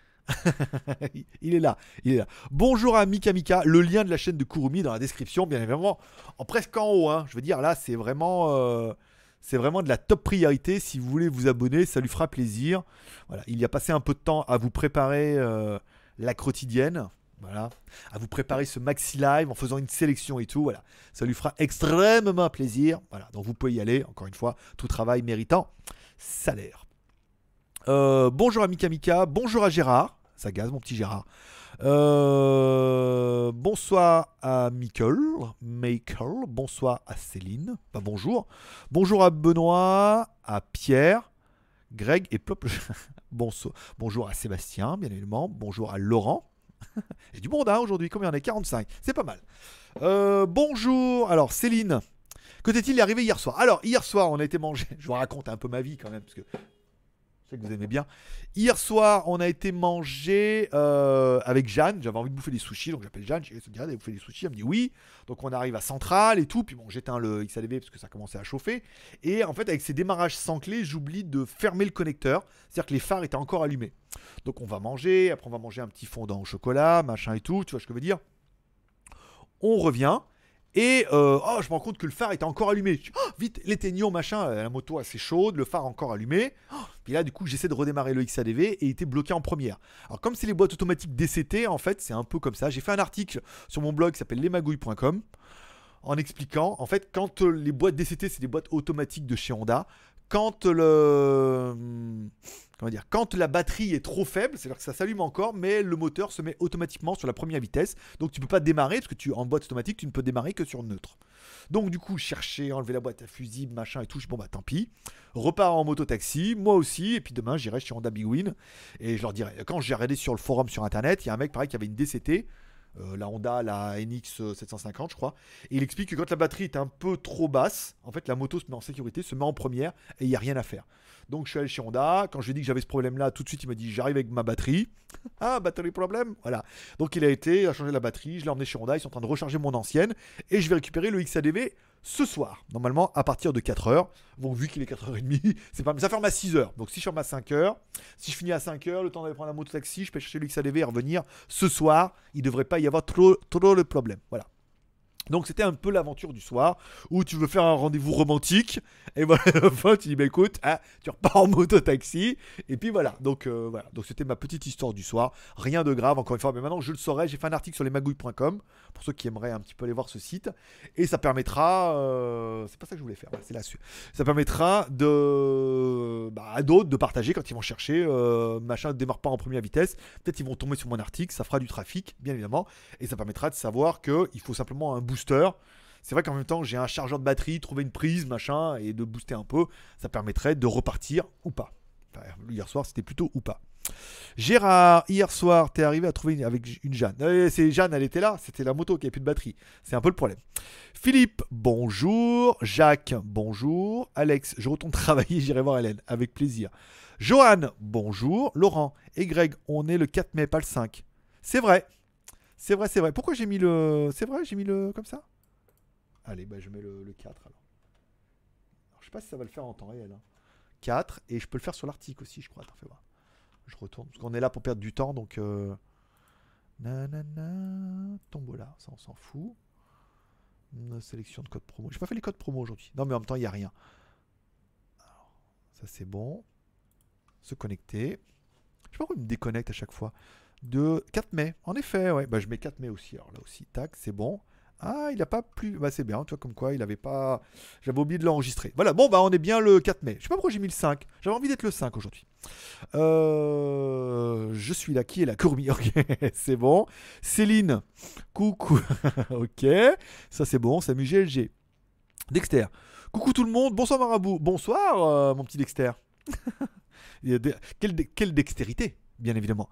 il est là. Il est là. Bonjour à Mika Mika. Le lien de la chaîne de Kurumi dans la description, bien évidemment. En presque en haut. Hein. Je veux dire, là, c'est vraiment. Euh... C'est vraiment de la top priorité. Si vous voulez vous abonner, ça lui fera plaisir. Voilà. Il y a passé un peu de temps à vous préparer. Euh... la quotidienne, voilà, à vous préparer ce maxi live en faisant une sélection et tout, voilà, ça lui fera extrêmement plaisir, voilà, donc vous pouvez y aller, encore une fois, tout travail méritant salaire. Euh, bonjour à Mika Mika, bonjour à Gérard, ça gaze mon petit Gérard, euh, bonsoir à Michael, Michael, bonsoir à Céline, bah, bonjour, bonjour à Benoît, à Pierre, Greg et Plop. Bonsoir. Bonjour à Sébastien, bien évidemment. Bonjour à Laurent. J'ai du monde hein, aujourd'hui. Combien on est? quarante-cinq. C'est pas mal. Euh, bonjour. Alors, Céline. Que t'est-il arrivé hier soir? Alors, hier soir, on a été manger. Je vous raconte un peu ma vie quand même, parce que je sais que vous aimez bien. Hier soir, on a été manger euh, avec Jeanne. J'avais envie de bouffer des sushis, donc j'appelle Jeanne. Je lui dis, vous bouffer des sushis? Elle me dit oui. Donc on arrive à Centrale et tout. Puis bon, j'éteins le X A D V parce que ça commençait à chauffer. Et en fait, avec ces démarrages sans clé, j'oublie de fermer le connecteur. C'est-à-dire que les phares étaient encore allumés. Donc on va manger. Après, on va manger un petit fondant au chocolat, machin et tout. Tu vois ce que je veux dire? On revient. Et euh, oh, je me rends compte que le phare était encore allumé. Je dis, oh, vite, l'éteignons, machin. La moto assez chaude, le phare encore allumé. Oh, puis là, du coup, j'essaie de redémarrer le X A D V et il était bloqué en première. Alors, comme c'est les boîtes automatiques D C T, en fait, c'est un peu comme ça. J'ai fait un article sur mon blog qui s'appelle les magouilles point com en expliquant, en fait, quand les boîtes D C T, c'est des boîtes automatiques de chez Honda. Quand le... Comment dire, quand la batterie est trop faible, c'est-à-dire que ça s'allume encore, mais le moteur se met automatiquement sur la première vitesse. Donc tu ne peux pas démarrer, parce que tu en boîte automatique, tu ne peux démarrer que sur neutre. Donc du coup, chercher, enlever la boîte à fusible, machin et tout, je dis bon bah tant pis. Repars en moto-taxi, moi aussi, et puis demain j'irai chez Honda Big Win. Et je leur dirai, quand j'ai regardé sur le forum sur internet, il y a un mec pareil qui avait une D C T. Euh, la Honda, la N X sept cent cinquante je crois, et il explique que quand la batterie est un peu trop basse, en fait la moto se met en sécurité, se met en première et il n'y a rien à faire. Donc je suis allé chez Honda, quand je lui ai dit que j'avais ce problème là, tout de suite il m'a dit j'arrive avec ma batterie. Ah, batterie problème, voilà. Donc il a été, il a changé la batterie, je l'ai emmené chez Honda, ils sont en train de recharger mon ancienne et je vais récupérer le X A D V ce soir, normalement à partir de quatre heures. Bon, vu qu'il est quatre heures trente, c'est pas... ça ferme à six heures. Donc si je ferme à cinq heures, si je finis à cinq heures, le temps d'aller prendre un moto-taxi, je peux chercher le X A D V et revenir ce soir. Il ne devrait pas y avoir trop, trop de problème. Voilà. Donc c'était un peu l'aventure du soir où tu veux faire un rendez-vous romantique et voilà, à la fin tu dis bah écoute, hein, tu repars en moto-taxi et puis voilà. Donc euh, voilà, donc c'était ma petite histoire du soir, rien de grave encore une fois, mais maintenant je le saurai, j'ai fait un article sur lesmagouilles point com pour ceux qui aimeraient un petit peu aller voir ce site et ça permettra, euh, c'est pas ça que je voulais faire, ouais, c'est là-dessus, ça permettra de bah, à d'autres de partager quand ils vont chercher, euh, machin ne démarre pas en première vitesse, peut-être ils vont tomber sur mon article, ça fera du trafic bien évidemment et ça permettra de savoir que il faut simplement un boost. C'est vrai qu'en même temps j'ai un chargeur de batterie, trouver une prise, machin, et de booster un peu, ça permettrait de repartir ou pas. Enfin, hier soir c'était plutôt ou pas. Gérard, hier soir t'es arrivé à trouver une, avec une Jeanne. Euh, c'est Jeanne, elle était là, c'était la moto qui avait plus de batterie. C'est un peu le problème. Philippe, bonjour. Jacques, bonjour. Alex, je retourne travailler, j'irai voir Hélène, avec plaisir. Johan, bonjour. Laurent et Greg, on est le quatre mai, pas le cinq. C'est vrai. C'est vrai, c'est vrai. Pourquoi j'ai mis le... C'est vrai, j'ai mis le... comme ça. Allez, bah je mets le, le quatre alors. alors. Je sais pas si ça va le faire en temps réel. Hein. quatre, et je peux le faire sur l'article aussi, je crois. Attends, fais voir. Je retourne, parce qu'on est là pour perdre du temps, donc... Euh... Nanana... Tombola, ça on s'en fout. Une sélection de codes promo. J'ai pas fait les codes promo aujourd'hui. Non, mais en même temps, il n'y a rien. Alors, ça c'est bon. Se connecter. Je sais pas pourquoi il me déconnecte à chaque fois. De quatre mai, en effet, ouais. Bah, je mets quatre mai aussi. Alors là aussi, tac, c'est bon. Ah, il n'a pas plus. Bah, c'est bien, tu vois, comme quoi il avait pas. J'avais oublié de l'enregistrer. Voilà, bon, bah, on est bien le quatre mai. Je sais pas pourquoi j'ai mis le cinq. J'avais envie d'être le cinq aujourd'hui. Euh... Je suis là. Qui est là? Courmi. Ok, c'est bon. Céline, coucou. Ok, ça c'est bon. Samu G L G. Dexter, coucou tout le monde. Bonsoir Marabout. Bonsoir, euh, mon petit Dexter. quelle, quelle dextérité, bien évidemment.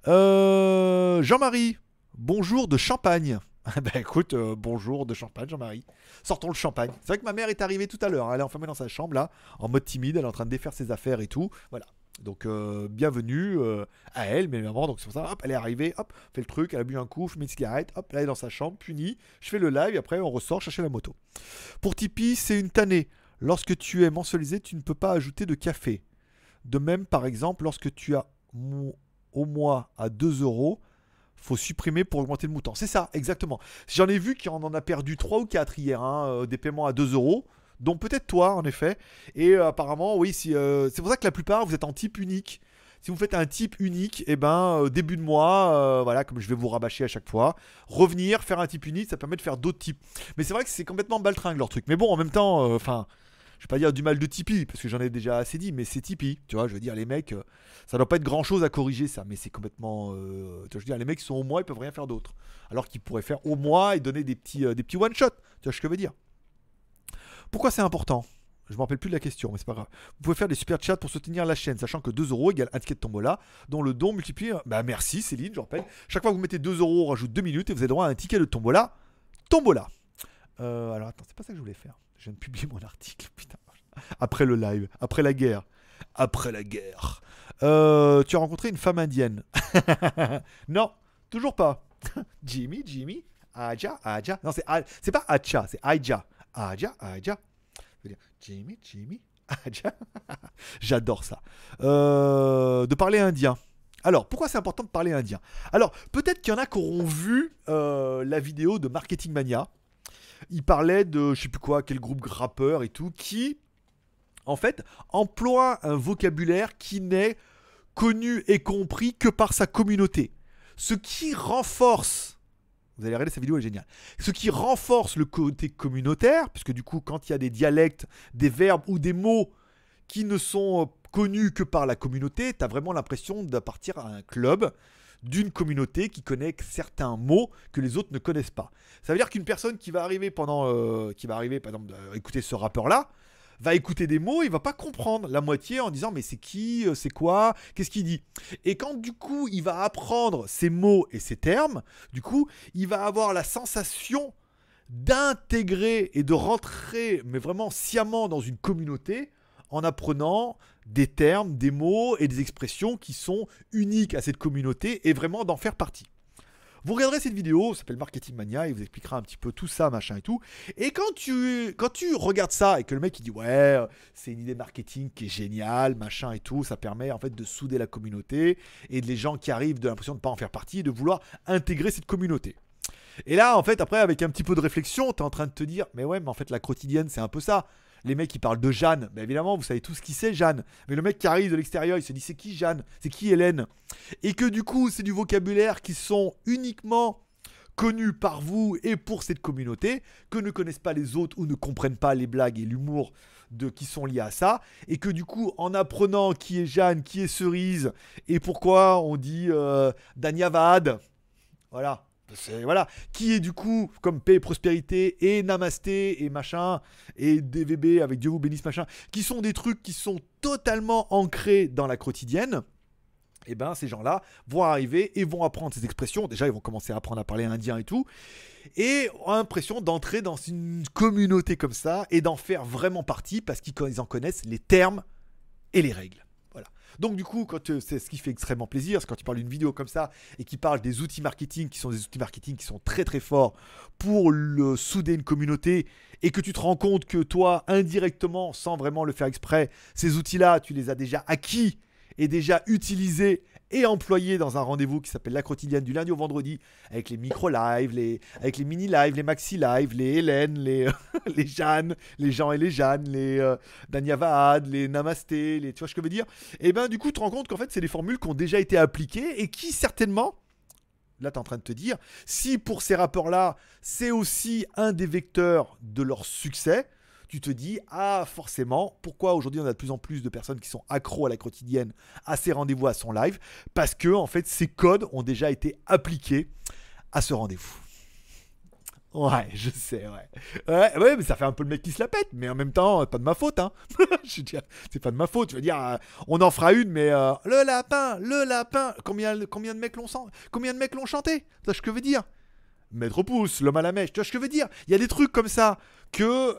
Euh, Jean-Marie, bonjour de Champagne. Ben écoute, euh, bonjour de Champagne, Jean-Marie. Sortons le champagne. C'est vrai que ma mère est arrivée tout à l'heure. Elle est enfermée dans sa chambre là, en mode timide. Elle est en train de défaire ses affaires et tout. Voilà. Donc euh, bienvenue euh, à elle, mais maman. Donc c'est pour ça. Hop, elle est arrivée. Hop, fait le truc. Elle a bu un coup, fume une cigarette. Hop, là elle est dans sa chambre, punie. Je fais le live et après on ressort chercher la moto. Pour Tipeee, c'est une tannée. Lorsque tu es mensualisé, tu ne peux pas ajouter de café. De même, par exemple, lorsque tu as au mois à deux euros, faut supprimer pour augmenter le montant. C'est ça, exactement. J'en ai vu qui en a perdu trois ou quatre hier, hein, euh, des paiements à deux euros, dont peut-être toi, en effet. Et euh, apparemment, oui, si, euh, c'est pour ça que la plupart, vous êtes en type unique. Si vous faites un type unique, eh ben, euh, début de mois, euh, voilà, comme je vais vous rabâcher à chaque fois, revenir, faire un type unique, ça permet de faire d'autres types. Mais c'est vrai que c'est complètement baltringue leur truc. Mais bon, en même temps, enfin... Euh, je vais pas dire du mal de Tipeee, parce que j'en ai déjà assez dit, mais c'est Tipeee, tu vois, je veux dire, les mecs, euh, ça doit pas être grand chose à corriger ça, mais c'est complètement, euh, tu vois, je veux dire, les mecs qui sont au mois, ils peuvent rien faire d'autre, alors qu'ils pourraient faire au mois et donner des petits, euh, des petits one-shot, tu vois ce que je veux dire. Pourquoi c'est important? Je me rappelle plus de la question, mais c'est pas grave. Vous pouvez faire des super chats pour soutenir la chaîne, sachant que deux euros égale un ticket de tombola, dont le don multiplié, bah merci Céline, je rappelle, chaque fois que vous mettez deux euros, on rajoute deux minutes et vous avez droit à un ticket de tombola, tombola. Euh, alors attends, c'est pas ça que je voulais faire. Je viens de publier mon article, putain. Après le live, après la guerre. Après la guerre. Euh, tu as rencontré une femme indienne? Non, toujours pas. Jimmy, Jimmy, Aja, Aja. Non, c'est, c'est pas Acha, c'est Aja. Aja, Aja. Je veux dire, Jimmy, Jimmy, Aja. J'adore ça. Euh, de parler indien. Alors, pourquoi c'est important de parler indien? Alors, peut-être qu'il y en a qui auront vu euh, la vidéo de Marketing Mania. Il parlait de, je sais plus quoi, quel groupe rappeur et tout, qui, en fait, emploie un vocabulaire qui n'est connu et compris que par sa communauté. Ce qui renforce, vous allez regarder cette vidéo, elle est géniale, ce qui renforce le côté communautaire, puisque du coup, quand il y a des dialectes, des verbes ou des mots qui ne sont connus que par la communauté, tu as vraiment l'impression d'appartenir à un club d'une communauté qui connaît certains mots que les autres ne connaissent pas. Ça veut dire qu'une personne qui va arriver pendant, euh, qui va arriver par exemple, euh, écouter ce rappeur-là, va écouter des mots, il va pas comprendre la moitié en disant mais c'est qui, c'est quoi, qu'est-ce qu'il dit. Et quand du coup il va apprendre ces mots et ces termes, du coup il va avoir la sensation d'intégrer et de rentrer, mais vraiment sciemment dans une communauté en apprenant des termes, des mots et des expressions qui sont uniques à cette communauté et vraiment d'en faire partie. Vous regarderez cette vidéo, ça s'appelle Marketing Mania, il vous expliquera un petit peu tout ça, machin et tout. Et quand tu, quand tu regardes ça et que le mec il dit ouais, c'est une idée marketing qui est géniale, machin et tout, ça permet en fait de souder la communauté et les gens qui arrivent de l'impression de ne pas en faire partie et de vouloir intégrer cette communauté. Et là, en fait, après, avec un petit peu de réflexion, t'es en train de te dire, mais ouais, mais en fait, la quotidienne, c'est un peu ça. Les mecs, ils parlent de Jeanne. Ben évidemment, vous savez tous qui c'est, Jeanne. Mais le mec qui arrive de l'extérieur, il se dit, c'est qui Jeanne? C'est qui Hélène? Et que du coup, c'est du vocabulaire qui sont uniquement connus par vous et pour cette communauté, que ne connaissent pas les autres ou ne comprennent pas les blagues et l'humour de, qui sont liés à ça. Et que du coup, en apprenant qui est Jeanne, qui est Cerise, et pourquoi on dit euh, Danyavad, voilà. C'est, voilà, qui est du coup comme paix et prospérité et namasté et machin et D V B avec Dieu vous bénisse machin, qui sont des trucs qui sont totalement ancrés dans la quotidienne. Et ben ces gens-là vont arriver et vont apprendre ces expressions. Déjà ils vont commencer à apprendre à parler indien et tout, et ont l'impression d'entrer dans une communauté comme ça et d'en faire vraiment partie parce qu'ils en connaissent les termes et les règles. Donc du coup, quand, euh, c'est ce qui fait extrêmement plaisir, c'est quand tu parles d'une vidéo comme ça et qui parle des outils marketing, qui sont des outils marketing qui sont très très forts pour le souder une communauté, et que tu te rends compte que toi, indirectement, sans vraiment le faire exprès, ces outils-là, tu les as déjà acquis et déjà utilisés et employés dans un rendez-vous qui s'appelle La Quotidienne du lundi au vendredi, avec les micro-lives, les, avec les mini-lives, les maxi-lives, les Hélène, les, les Jeanne, les Jean et les Jeanne, les euh, Danyavad, les Namasté, les, tu vois ce que je veux dire? Et ben du coup, tu te rends compte qu'en fait, c'est des formules qui ont déjà été appliquées et qui certainement, là tu es en train de te dire, si pour ces rappeurs-là, c'est aussi un des vecteurs de leur succès, tu te dis, ah forcément, pourquoi aujourd'hui on a de plus en plus de personnes qui sont accros à la quotidienne, à ces rendez-vous, à son live? Parce que en fait, ces codes ont déjà été appliqués à ce rendez-vous. Ouais, je sais, ouais. Ouais, ouais, mais ça fait un peu le mec qui se la pète, mais en même temps, pas de ma faute, hein. Je veux dire, c'est pas de ma faute. Je veux dire, euh, on en fera une, mais euh, le lapin, le lapin, combien, combien de mecs l'ont sent, combien de mecs l'ont chanté? Tu vois ce que je veux dire? Maître Pouce, l'homme à la mèche, tu vois ce que je veux dire? Il y a des trucs comme ça que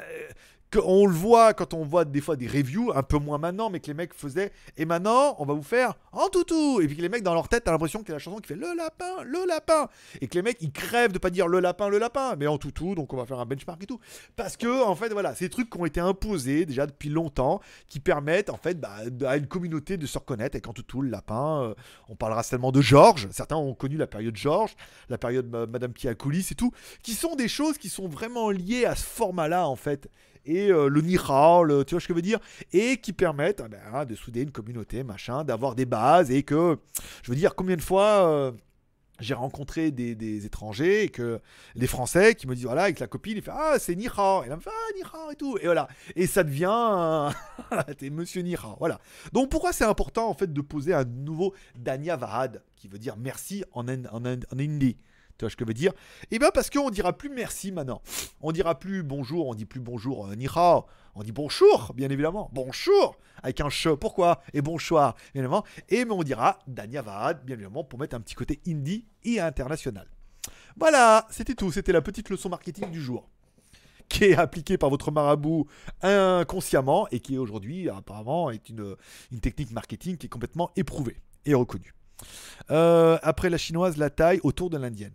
qu'on le voit quand on voit des fois des reviews, un peu moins maintenant, mais que les mecs faisaient, et maintenant on va vous faire en toutou, et puis que les mecs dans leur tête t'as l'impression que c'est la chanson qui fait le lapin, le lapin, et que les mecs ils crèvent de pas dire le lapin, le lapin, mais en toutou, donc on va faire un benchmark et tout, parce que en fait voilà, c'est des trucs qui ont été imposés déjà depuis longtemps, qui permettent en fait bah, à une communauté de se reconnaître, avec en toutou le lapin, euh, on parlera seulement de Georges, certains ont connu la période Georges, la période euh, Madame qui a coulisses et tout, qui sont des choses qui sont vraiment liées à ce format là en fait, et euh, le Nihao, le, tu vois ce que je veux dire, et qui permettent eh ben, de souder une communauté, machin, d'avoir des bases, et que, je veux dire, combien de fois euh, j'ai rencontré des, des étrangers, et que des Français qui me disent, voilà, avec la copine, il fait, ah, c'est Nihao, et là, me fait, ah, Nihao, et tout, et voilà, et ça devient, euh, t'es monsieur Nihao, voilà. Donc pourquoi c'est important, en fait, de poser un nouveau Danyavad, qui veut dire merci en, en, en, en hindi? Tu vois ce que je veux dire? Eh bien parce qu'on dira plus merci maintenant. On dira plus bonjour, on dit plus bonjour euh, ni hao. On dit bonjour, bien évidemment. Bonjour, avec un che. Pourquoi? Et bonsoir, bien évidemment. Et mais on dira Danyavad, bien évidemment, pour mettre un petit côté indie et international. Voilà, c'était tout. C'était la petite leçon marketing du jour, qui est appliquée par votre marabout inconsciemment et qui aujourd'hui, apparemment, est une, une technique marketing qui est complètement éprouvée et reconnue. Euh, après la chinoise, la thaï, autour de l'indienne.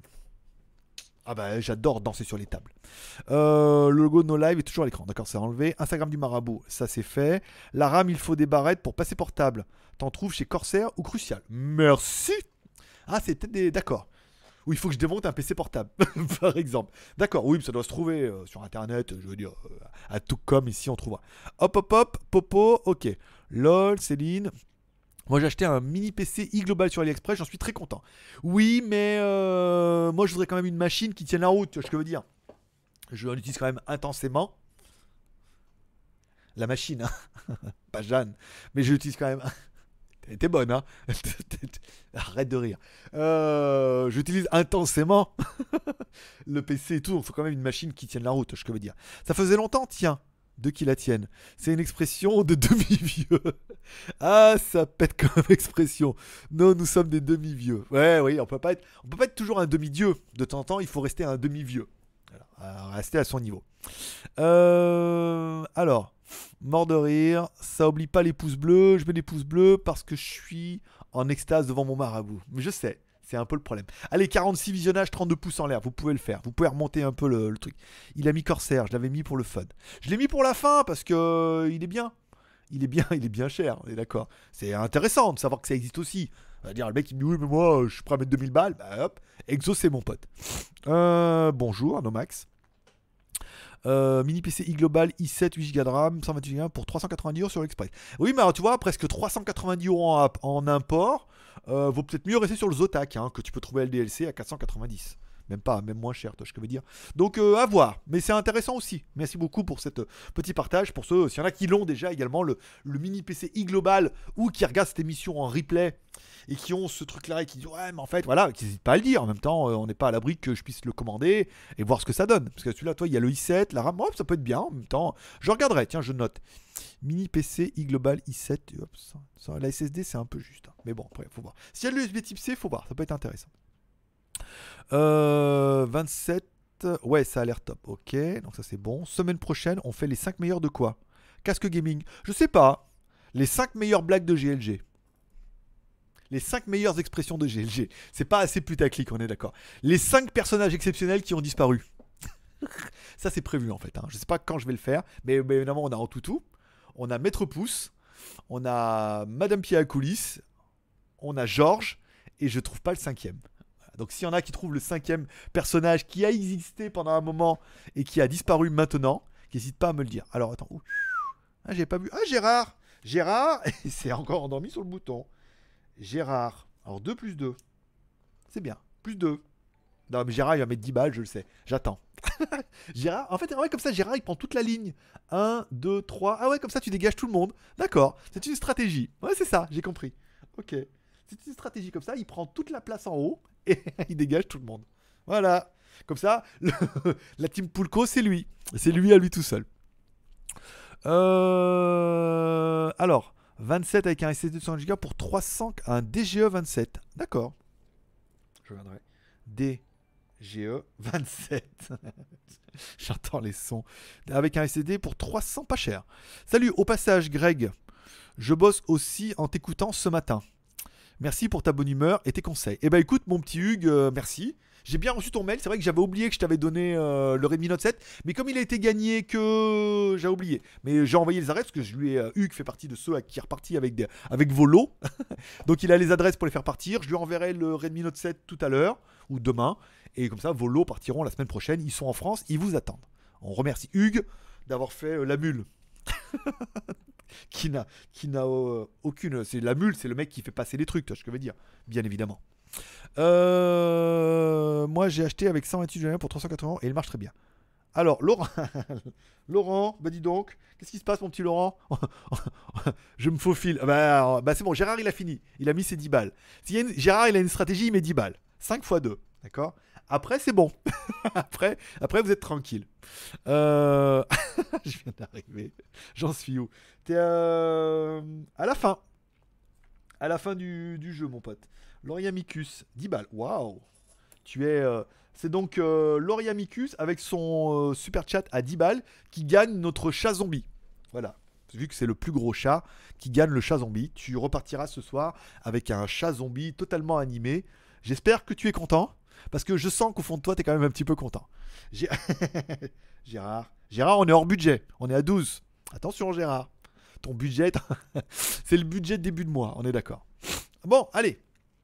Ah bah j'adore danser sur les tables. Euh, le logo de No Live est toujours à l'écran. D'accord, c'est enlevé. Instagram du marabout, ça c'est fait. La RAM, il faut des barrettes pour passer portable. T'en trouves chez Corsair ou Crucial. Merci. Ah, c'est peut-être des... D'accord. Ou il faut que je démonte un P C portable, par exemple. D'accord, oui, mais ça doit se trouver euh, sur Internet, je veux dire, euh, à tout comme ici on trouvera. Hop, hop, hop, Popo, ok. Lol, Céline... Moi j'ai acheté un mini P C iGlobal sur AliExpress, j'en suis très content. Oui, mais euh, moi je voudrais quand même une machine qui tienne la route, tu vois ce que je veux dire. Je l'utilise quand même intensément. La machine, hein. Pas Jeanne, mais je l'utilise quand même. T'es bonne, hein. Arrête de rire. Euh, J'utilise intensément le P C et tout, il faut quand même une machine qui tienne la route, tu vois ce que je veux dire. Ça faisait longtemps, tiens. De qui la tienne. C'est une expression de demi-vieux. Ah, ça pète comme expression. Non, nous sommes des demi-vieux. Ouais, oui, on peut pas être, on peut pas être toujours un demi-dieu. De temps en temps, il faut rester un demi-vieux. Alors, rester à son niveau. Euh, alors, mort de rire. Ça oublie pas les pouces bleus. Je mets des pouces bleus parce que je suis en extase devant mon marabout. Mais je sais. C'est un peu le problème. Allez, quarante-six visionnages, trente-deux pouces en l'air. Vous pouvez le faire. Vous pouvez remonter un peu le, le truc. Il a mis Corsair. Je l'avais mis pour le fun. Je l'ai mis pour la fin parce que euh, il est bien. Il est bien, il est bien cher. On est d'accord. C'est intéressant de savoir que ça existe aussi. On va dire, le mec il me dit oui mais moi je suis prêt à mettre deux mille balles, bah hop, exaucé mon pote. Euh, bonjour Nomax. Euh, mini P C i-Global i sept huit giga de RAM, cent vingt-huit giga pour trois cent quatre-vingt-dix euros sur l'Express. Oui, mais alors, tu vois, presque trois cent quatre-vingt-dix euros en, en import, euh, vaut peut-être mieux rester sur le Zotac, hein, que tu peux trouver L D L C à quatre cent quatre-vingt-dix. Même pas, même moins cher, toi, je veux dire. Donc, euh, à voir. Mais c'est intéressant aussi. Merci beaucoup pour ce petit partage. Pour ceux, s'il y en a qui l'ont déjà également, le, le mini P C i-Global, ou qui regardent cette émission en replay et qui ont ce truc-là et qui disent ouais, mais en fait, voilà, qui n'hésitent pas à le dire. En même temps, euh, on n'est pas à l'abri que je puisse le commander et voir ce que ça donne. Parce que celui-là, toi, il y a le i sept, la RAM, hop, ça peut être bien. En même temps, je regarderai. Tiens, je note. Mini P C i-Global i sept. Hop, ça, ça, la S S D, c'est un peu juste. Hein. Mais bon, après, faut voir. S'il y a le U S B type C, faut voir. Ça peut être intéressant. Euh, vingt-sept. Ouais, ça a l'air top. Ok, donc ça c'est bon. Semaine prochaine, on fait les cinq meilleurs de quoi? Casque gaming. Je sais pas. Les cinq meilleures blagues de G L G. Les cinq meilleures expressions de G L G. C'est pas assez putaclic, on est d'accord. Les cinq personnages exceptionnels qui ont disparu. Ça c'est prévu en fait. Hein. Je sais pas quand je vais le faire. Mais, mais évidemment, on a en toutou. On a Maître Pouce. On a Madame Pia à coulisses. On a Georges. Et je trouve pas le cinquième. Donc s'il y en a qui trouvent le cinquième personnage qui a existé pendant un moment et qui a disparu maintenant, n'hésite pas à me le dire. Alors attends. Ah, j'ai pas vu. Ah, Gérard. Gérard. Et c'est encore endormi sur le bouton. Gérard. Alors deux plus deux. C'est bien. Plus deux. Non mais Gérard il va mettre dix balles, je le sais. J'attends. Gérard. En fait, ouais, comme ça, Gérard il prend toute la ligne. un, deux, trois. Ah ouais, comme ça tu dégages tout le monde. D'accord. C'est une stratégie. Ouais, c'est ça. J'ai compris. Ok. C'est une stratégie comme ça. Il prend toute la place en haut. Et il dégage tout le monde. Voilà. Comme ça, le, la team Poulko, c'est lui. C'est lui à lui tout seul. Euh, alors, vingt-sept avec un S S D de cent giga pour trois cents, un D G E vingt-sept. D'accord. Je regarderai. D G E vingt-sept. J'entends les sons. Avec un S S D pour trois cents, pas cher. Salut, au passage, Greg. Je bosse aussi en t'écoutant ce matin. Merci pour ta bonne humeur et tes conseils. Eh ben écoute mon petit Hugues, euh, merci. J'ai bien reçu ton mail. C'est vrai que j'avais oublié que je t'avais donné euh, le Redmi Note sept. Mais comme il a été gagné que... J'ai oublié. Mais j'ai envoyé les adresses parce que je lui ai... Euh, Hugues fait partie de ceux qui est reparti avec, des... avec vos lots. Donc il a les adresses pour les faire partir. Je lui enverrai le Redmi Note sept tout à l'heure ou demain. Et comme ça, vos lots partiront la semaine prochaine. Ils sont en France. Ils vous attendent. On remercie Hugues d'avoir fait euh, la mule. qui n'a, qui n'a euh, aucune... C'est la mule, c'est le mec qui fait passer les trucs, tu vois ce que je veux dire. Bien évidemment. Euh, moi, j'ai acheté avec cent vingt-huit giga pour trois cent quatre-vingts euros et il marche très bien. Alors, Laurent, Laurent, bah dis donc, qu'est-ce qui se passe, mon petit Laurent? Je me faufile. Bah, bah c'est bon, Gérard, il a fini. Il a mis ses dix balles. Si y a une... Gérard, il a une stratégie, il met dix balles. cinq fois deux, d'accord? Après, c'est bon. après, après, vous êtes tranquille. Euh... Je viens d'arriver. J'en suis où? T'es euh... à la fin. À la fin du, du jeu, mon pote. Lauriamicus, dix balles. Waouh. Tu es... Euh... C'est donc euh, Lauriamicus avec son euh, super chat à dix balles qui gagne notre chat zombie. Voilà. Vu que c'est le plus gros chat qui gagne le chat zombie. Tu repartiras ce soir avec un chat zombie totalement animé. J'espère que tu es content. Parce que je sens qu'au fond de toi, tu es quand même un petit peu content. Gé... Gérard. Gérard, on est hors budget. On est à douze. Attention, Gérard. Ton budget, c'est le budget de début de mois. On est d'accord. Bon, allez.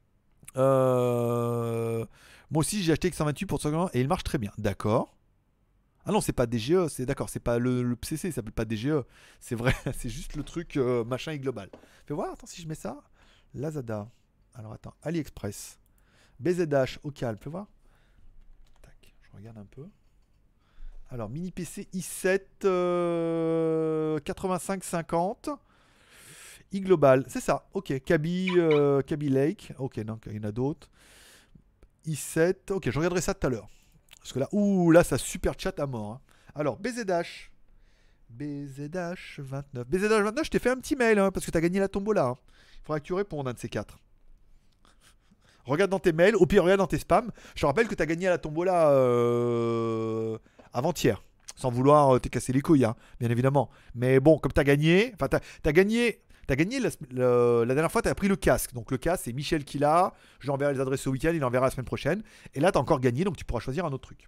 Euh... Moi aussi, j'ai acheté avec cent vingt-huit pour cent et il marche très bien. D'accord. Ah non, c'est pas D G E. C'est d'accord. C'est pas le, le P C C. Ça s'appelle pas D G E. C'est vrai. C'est juste le truc euh, machin et global. Fais voir. Attends, si je mets ça. Lazada. Alors, attends. AliExpress. B Z H au calme, tu peux voir? Tac, je regarde un peu. Alors, mini P C i sept euh, quatre-vingt-cinq cinquante. i-Global, c'est ça. Ok, Kaby, euh, Kaby Lake. Ok, donc il y en a d'autres. i sept. Ok, je regarderai ça tout à l'heure. Parce que là, ouh, là, ça super chat à mort. Hein. Alors, B Z H. B Z H vingt-neuf. B Z H vingt-neuf, je t'ai fait un petit mail hein, parce que tu as gagné la tombola. Hein. Il faudra que tu répondes un de ces quatre. Regarde dans tes mails, au pire regarde dans tes spams. Je te rappelle que tu as gagné à la tombola euh, avant-hier. Sans vouloir euh, te casser les couilles, hein, bien évidemment. Mais bon, comme tu as gagné, enfin, tu as gagné, t'as gagné la, la, la dernière fois, tu as pris le casque. Donc le casque, c'est Michel qui l'a. Je lui enverrai les adresses ce week-end, il enverra la semaine prochaine. Et là, tu as encore gagné, donc tu pourras choisir un autre truc.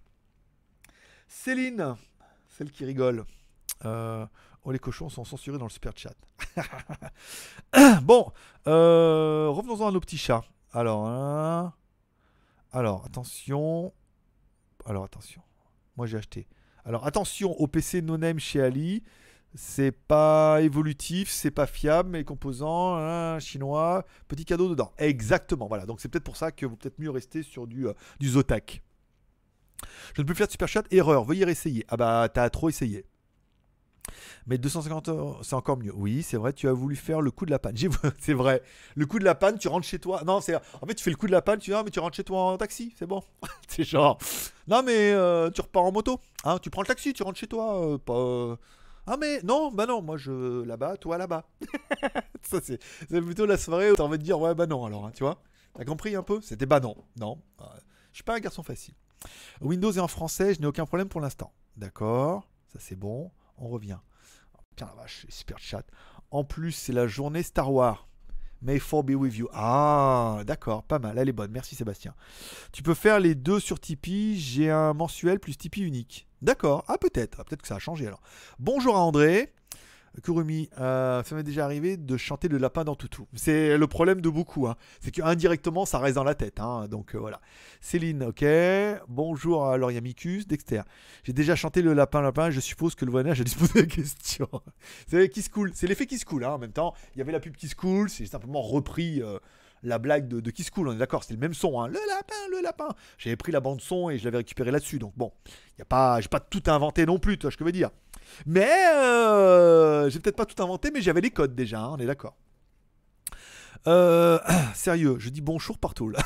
Céline, celle qui rigole. Euh, oh, les cochons sont censurés dans le super chat. Bon, euh, revenons-en à nos petits chats. Alors, hein, alors, attention. Alors, attention. Moi, j'ai acheté. Alors, attention au P C no-name chez Ali. C'est pas évolutif, c'est pas fiable, mais les composants, hein, chinois, petit cadeau dedans. Exactement, voilà. Donc, c'est peut-être pour ça que vous peut-être mieux rester sur du, euh, du Zotac. Je ne peux plus faire de super chat. Erreur, veuillez réessayer. Ah bah, t'as trop essayé. Mais deux cent cinquante euros, c'est encore mieux. Oui, c'est vrai, tu as voulu faire le coup de la panne. C'est vrai. Le coup de la panne, tu rentres chez toi. Non, c'est. En fait, tu fais le coup de la panne, tu dis, ah, mais tu rentres chez toi en taxi, c'est bon. C'est genre. Non, mais euh, tu repars en moto. Hein, tu prends le taxi, tu rentres chez toi. Euh, pas. euh, Ah, mais non, bah non, moi je. Là-bas, toi là-bas. Ça, c'est c'est plutôt la soirée où t'as envie de dire, ouais, bah non, alors, hein, tu vois. T'as compris un peu? C'était bah non. Non. Euh, Je suis pas un garçon facile. Windows est en français, je n'ai aucun problème pour l'instant. D'accord, ça c'est bon. On revient. Putain la vache, super chat. En plus, c'est la journée Star Wars. May four be with you. Ah, d'accord, pas mal. Elle est bonne. Merci Sébastien. Tu peux faire les deux sur Tipeee. J'ai un mensuel plus Tipeee unique. D'accord. Ah, peut-être. Ah, peut-être que ça a changé alors. Bonjour à André. Kurumi, euh, ça m'est déjà arrivé de chanter le lapin dans Toutou. C'est le problème de beaucoup. Hein. C'est qu'indirectement, ça reste dans la tête. Hein. Donc euh, voilà. Céline, ok. Bonjour à Lauriamicus. Dexter. J'ai déjà chanté le lapin lapin. Je suppose que le voisinage a disposé la question. C'est Kiss Cool. C'est l'effet Kiss Cool. Hein. En même temps, il y avait la pub Kiss Cool. C'est simplement repris euh, la blague de, de Kiss Cool. On est d'accord. C'était le même son. Hein. Le lapin, le lapin. J'avais pris la bande son et je l'avais récupéré là-dessus. Donc bon, il y a pas, j'ai pas tout inventé non plus. Tu vois ce que je veux dire. Mais euh, j'ai peut-être pas tout inventé, mais j'avais les codes déjà, hein, on est d'accord. Euh, sérieux, je dis bonjour partout là.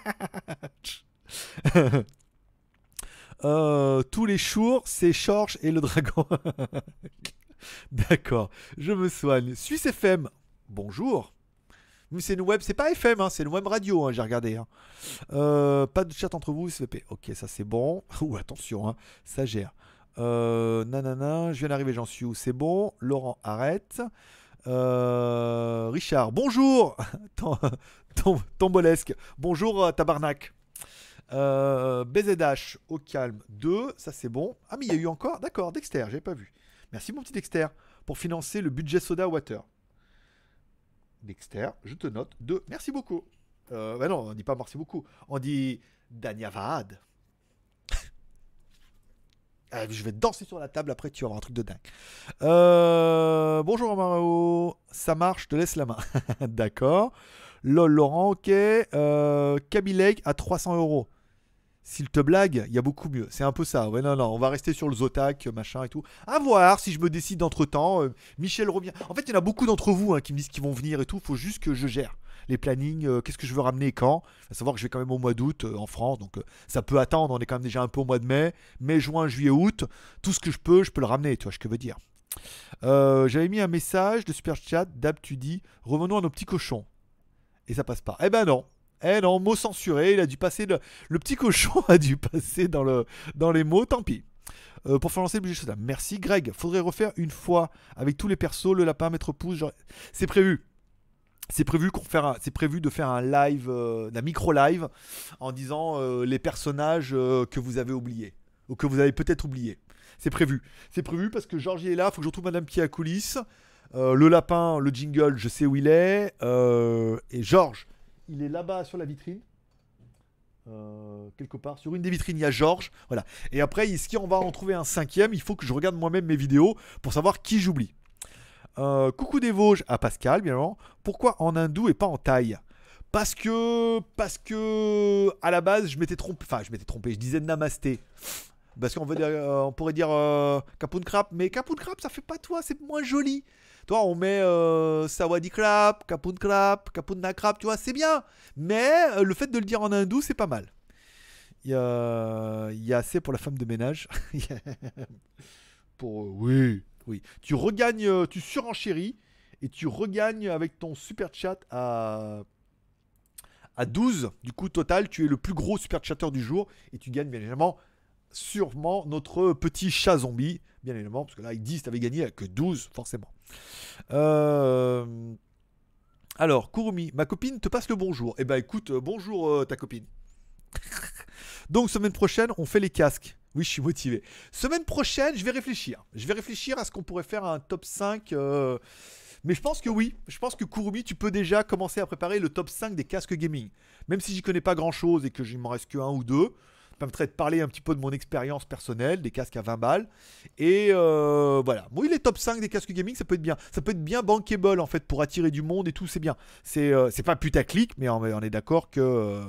euh, tous les jours, c'est Georges et le dragon. D'accord, je me soigne. Suisse F M, bonjour. Mais c'est une web, c'est pas F M, hein, c'est une web radio, hein, j'ai regardé. Hein. Euh, pas de chat entre vous, S V P. Ok, ça c'est bon. Ouh, attention, hein, ça gère. Euh, nanana, je viens d'arriver, j'en suis où? C'est bon. Laurent, arrête. Euh, Richard, bonjour. Tom, tom, Tombolesque, bonjour euh, tabarnak. Euh, B Z H, au calme, deux, ça c'est bon. Ah, mais il y a eu encore, d'accord, Dexter, j'avais pas vu. Merci mon petit Dexter pour financer le budget Soda Water. Dexter, je te note deux. Merci beaucoup. Euh, bah non, on dit pas merci beaucoup. On dit Danyavad. Euh, je vais danser sur la table après, tu vas avoir un truc de dingue. Euh, bonjour Amaro, ça marche, je te laisse la main. D'accord. Lol Laurent, ok. Euh, Kabilek à trois cents euros. S'il te blague, il y a beaucoup mieux. C'est un peu ça. Ouais, non, non, on va rester sur le Zotac, machin et tout. À voir si je me décide entre temps. Euh, Michel revient. En fait, il y en a beaucoup d'entre vous hein, qui me disent qu'ils vont venir et tout. Il faut juste que je gère les plannings. Euh, Qu'est-ce que je veux ramener et quand. À savoir que je vais quand même au mois d'août euh, en France. Donc euh, ça peut attendre. On est quand même déjà un peu au mois de mai. Mai, juin, juillet, août. Tout ce que je peux, je peux le ramener. Tu vois ce que je veux dire. Euh, J'avais mis un message de super chat. Dab, tu dis revenons à nos petits cochons. Et ça passe pas. Eh ben non. Eh non, mot censuré, il a dû passer le, le petit cochon a dû passer dans, le, dans les mots, tant pis. Euh, pour faire lancer le budget Soda. Merci Greg. Faudrait refaire une fois avec tous les persos, le lapin, maître pouce. Genre... C'est prévu. C'est prévu, qu'on faire un- c'est prévu de faire un live, euh, un micro live, en disant euh, les personnages euh, que vous avez oubliés ou que vous avez peut-être oubliés. C'est prévu. C'est prévu parce que Georges est là. Faut que je retrouve Madame Pia à coulisses. Euh, le lapin, le jingle, je sais où il est. Euh, et Georges. Il est là-bas sur la vitrine. Euh, quelque part. Sur une des vitrines, il y a Georges. Voilà. Et après, est-ce qu'on va en trouver un cinquième? Il faut que je regarde moi-même mes vidéos pour savoir qui j'oublie. Euh, coucou des Vosges à Pascal, bien évidemment. Pourquoi en hindou et pas en thaï? Parce que. Parce que. À la base, je m'étais trompé. Enfin, je m'étais trompé. Je disais namasté. Parce qu'on veut dire, euh, on pourrait dire euh, Kapun Krap. Mais Kapun Krap, ça fait pas toi. C'est moins joli. Toi, on met euh, Sawadi Krap, Kapun Krap, Kapun Krap, tu vois, c'est bien. Mais euh, le fait de le dire en hindou, c'est pas mal. Il y a, il y a assez pour la femme de ménage. pour, euh, oui, oui. Tu regagnes, euh, tu surenchéris et tu regagnes avec ton super chat à, à douze. Du coup, total, tu es le plus gros super chatter du jour et tu gagnes bien évidemment, sûrement, notre petit chat zombie. Bien évidemment, parce que là, ils disent que tu avais gagné avec douze, forcément. Euh... Alors, Kurumi, ma copine te passe le bonjour. Eh ben écoute, euh, bonjour euh, ta copine. Donc, semaine prochaine, on fait les casques. Oui, je suis motivé. Semaine prochaine, je vais réfléchir. Je vais réfléchir à ce qu'on pourrait faire un top cinq. Euh... Mais je pense que oui, je pense que Kurumi, tu peux déjà commencer à préparer le top cinq des casques gaming. Même si j'y connais pas grand chose et que il m'en reste que un ou deux, ça permettrait de parler un petit peu de mon expérience personnelle, des casques à vingt balles. Et euh, voilà. Oui, les top cinq des casques gaming, ça peut être bien. Ça peut être bien bankable en fait pour attirer du monde et tout, c'est bien. C'est euh, c'est pas putaclic, mais on, on est d'accord que. Euh...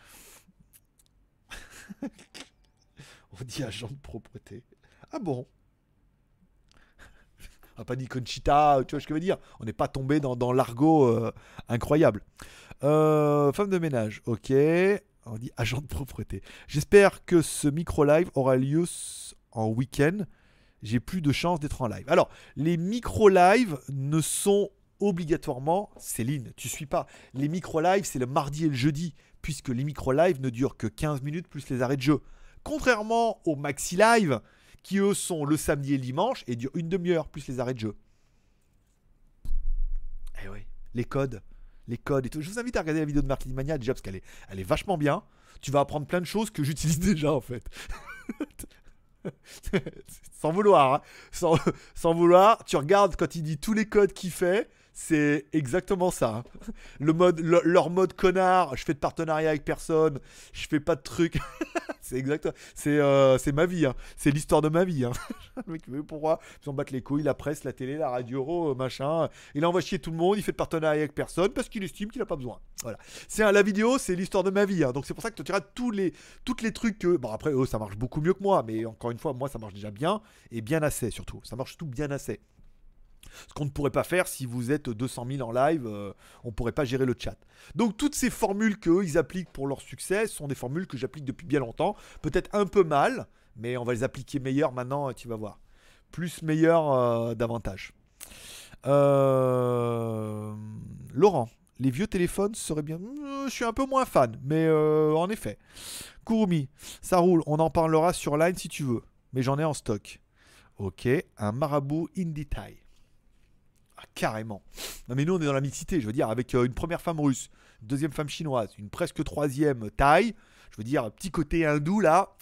on dit agent de propreté. Ah bon? Ah, pas dit Conchita, tu vois ce que je veux dire. On n'est pas tombé dans, dans l'argot euh, incroyable. Euh, femme de ménage, ok. On dit agent de propreté. J'espère que ce micro-live aura lieu en week-end. J'ai plus de chance d'être en live. Alors, les micro-lives ne sont obligatoirement... Céline, tu suis pas. Les micro-lives, c'est le mardi et le jeudi, puisque les micro-lives ne durent que quinze minutes plus les arrêts de jeu. Contrairement aux maxi-lives, qui eux sont le samedi et le dimanche et durent une demi-heure plus les arrêts de jeu. Eh oui, les codes, les codes et tout. Je vous invite à regarder la vidéo de Marketing Mania déjà parce qu'elle est, elle est vachement bien. Tu vas apprendre plein de choses que j'utilise déjà en fait. Sans vouloir, hein. sans, sans vouloir, tu regardes quand il dit tous les codes qu'il fait. C'est exactement ça. Hein. Le mode, le, leur mode connard, je fais de partenariat avec personne, je fais pas de trucs. C'est exact. C'est euh, c'est ma vie. Hein. C'est l'histoire de ma vie. Hein. Le mec, pourquoi ils en battent les couilles, la presse, la télé, la radio, machin. Il envoie chier tout le monde, il fait de partenariat avec personne parce qu'il estime qu'il n'a pas besoin. Voilà. C'est un, la vidéo, c'est l'histoire de ma vie. Hein. Donc c'est pour ça que tu diras tous les, toutes les trucs que. Bon, après, eux, ça marche beaucoup mieux que moi. Mais encore une fois, moi, ça marche déjà bien. Et bien assez, surtout. Ça marche tout bien assez. Ce qu'on ne pourrait pas faire si vous êtes deux cent mille en live, euh, on ne pourrait pas gérer le chat. Donc toutes ces formules qu'eux, ils appliquent pour leur succès sont des formules que j'applique depuis bien longtemps. Peut-être un peu mal, mais on va les appliquer meilleur maintenant, tu vas voir. Plus meilleur euh, davantage. Euh... Laurent, les vieux téléphones seraient bien... Je suis un peu moins fan, mais euh, en effet. Kurumi, ça roule, on en parlera sur Line si tu veux, mais j'en ai en stock. Ok, un marabout indie Thai. Ah, carrément. Non mais nous on est dans la mixité, je veux dire, avec euh, une première femme russe, une deuxième femme chinoise, une presque troisième thaï, je veux dire, un petit côté hindou là.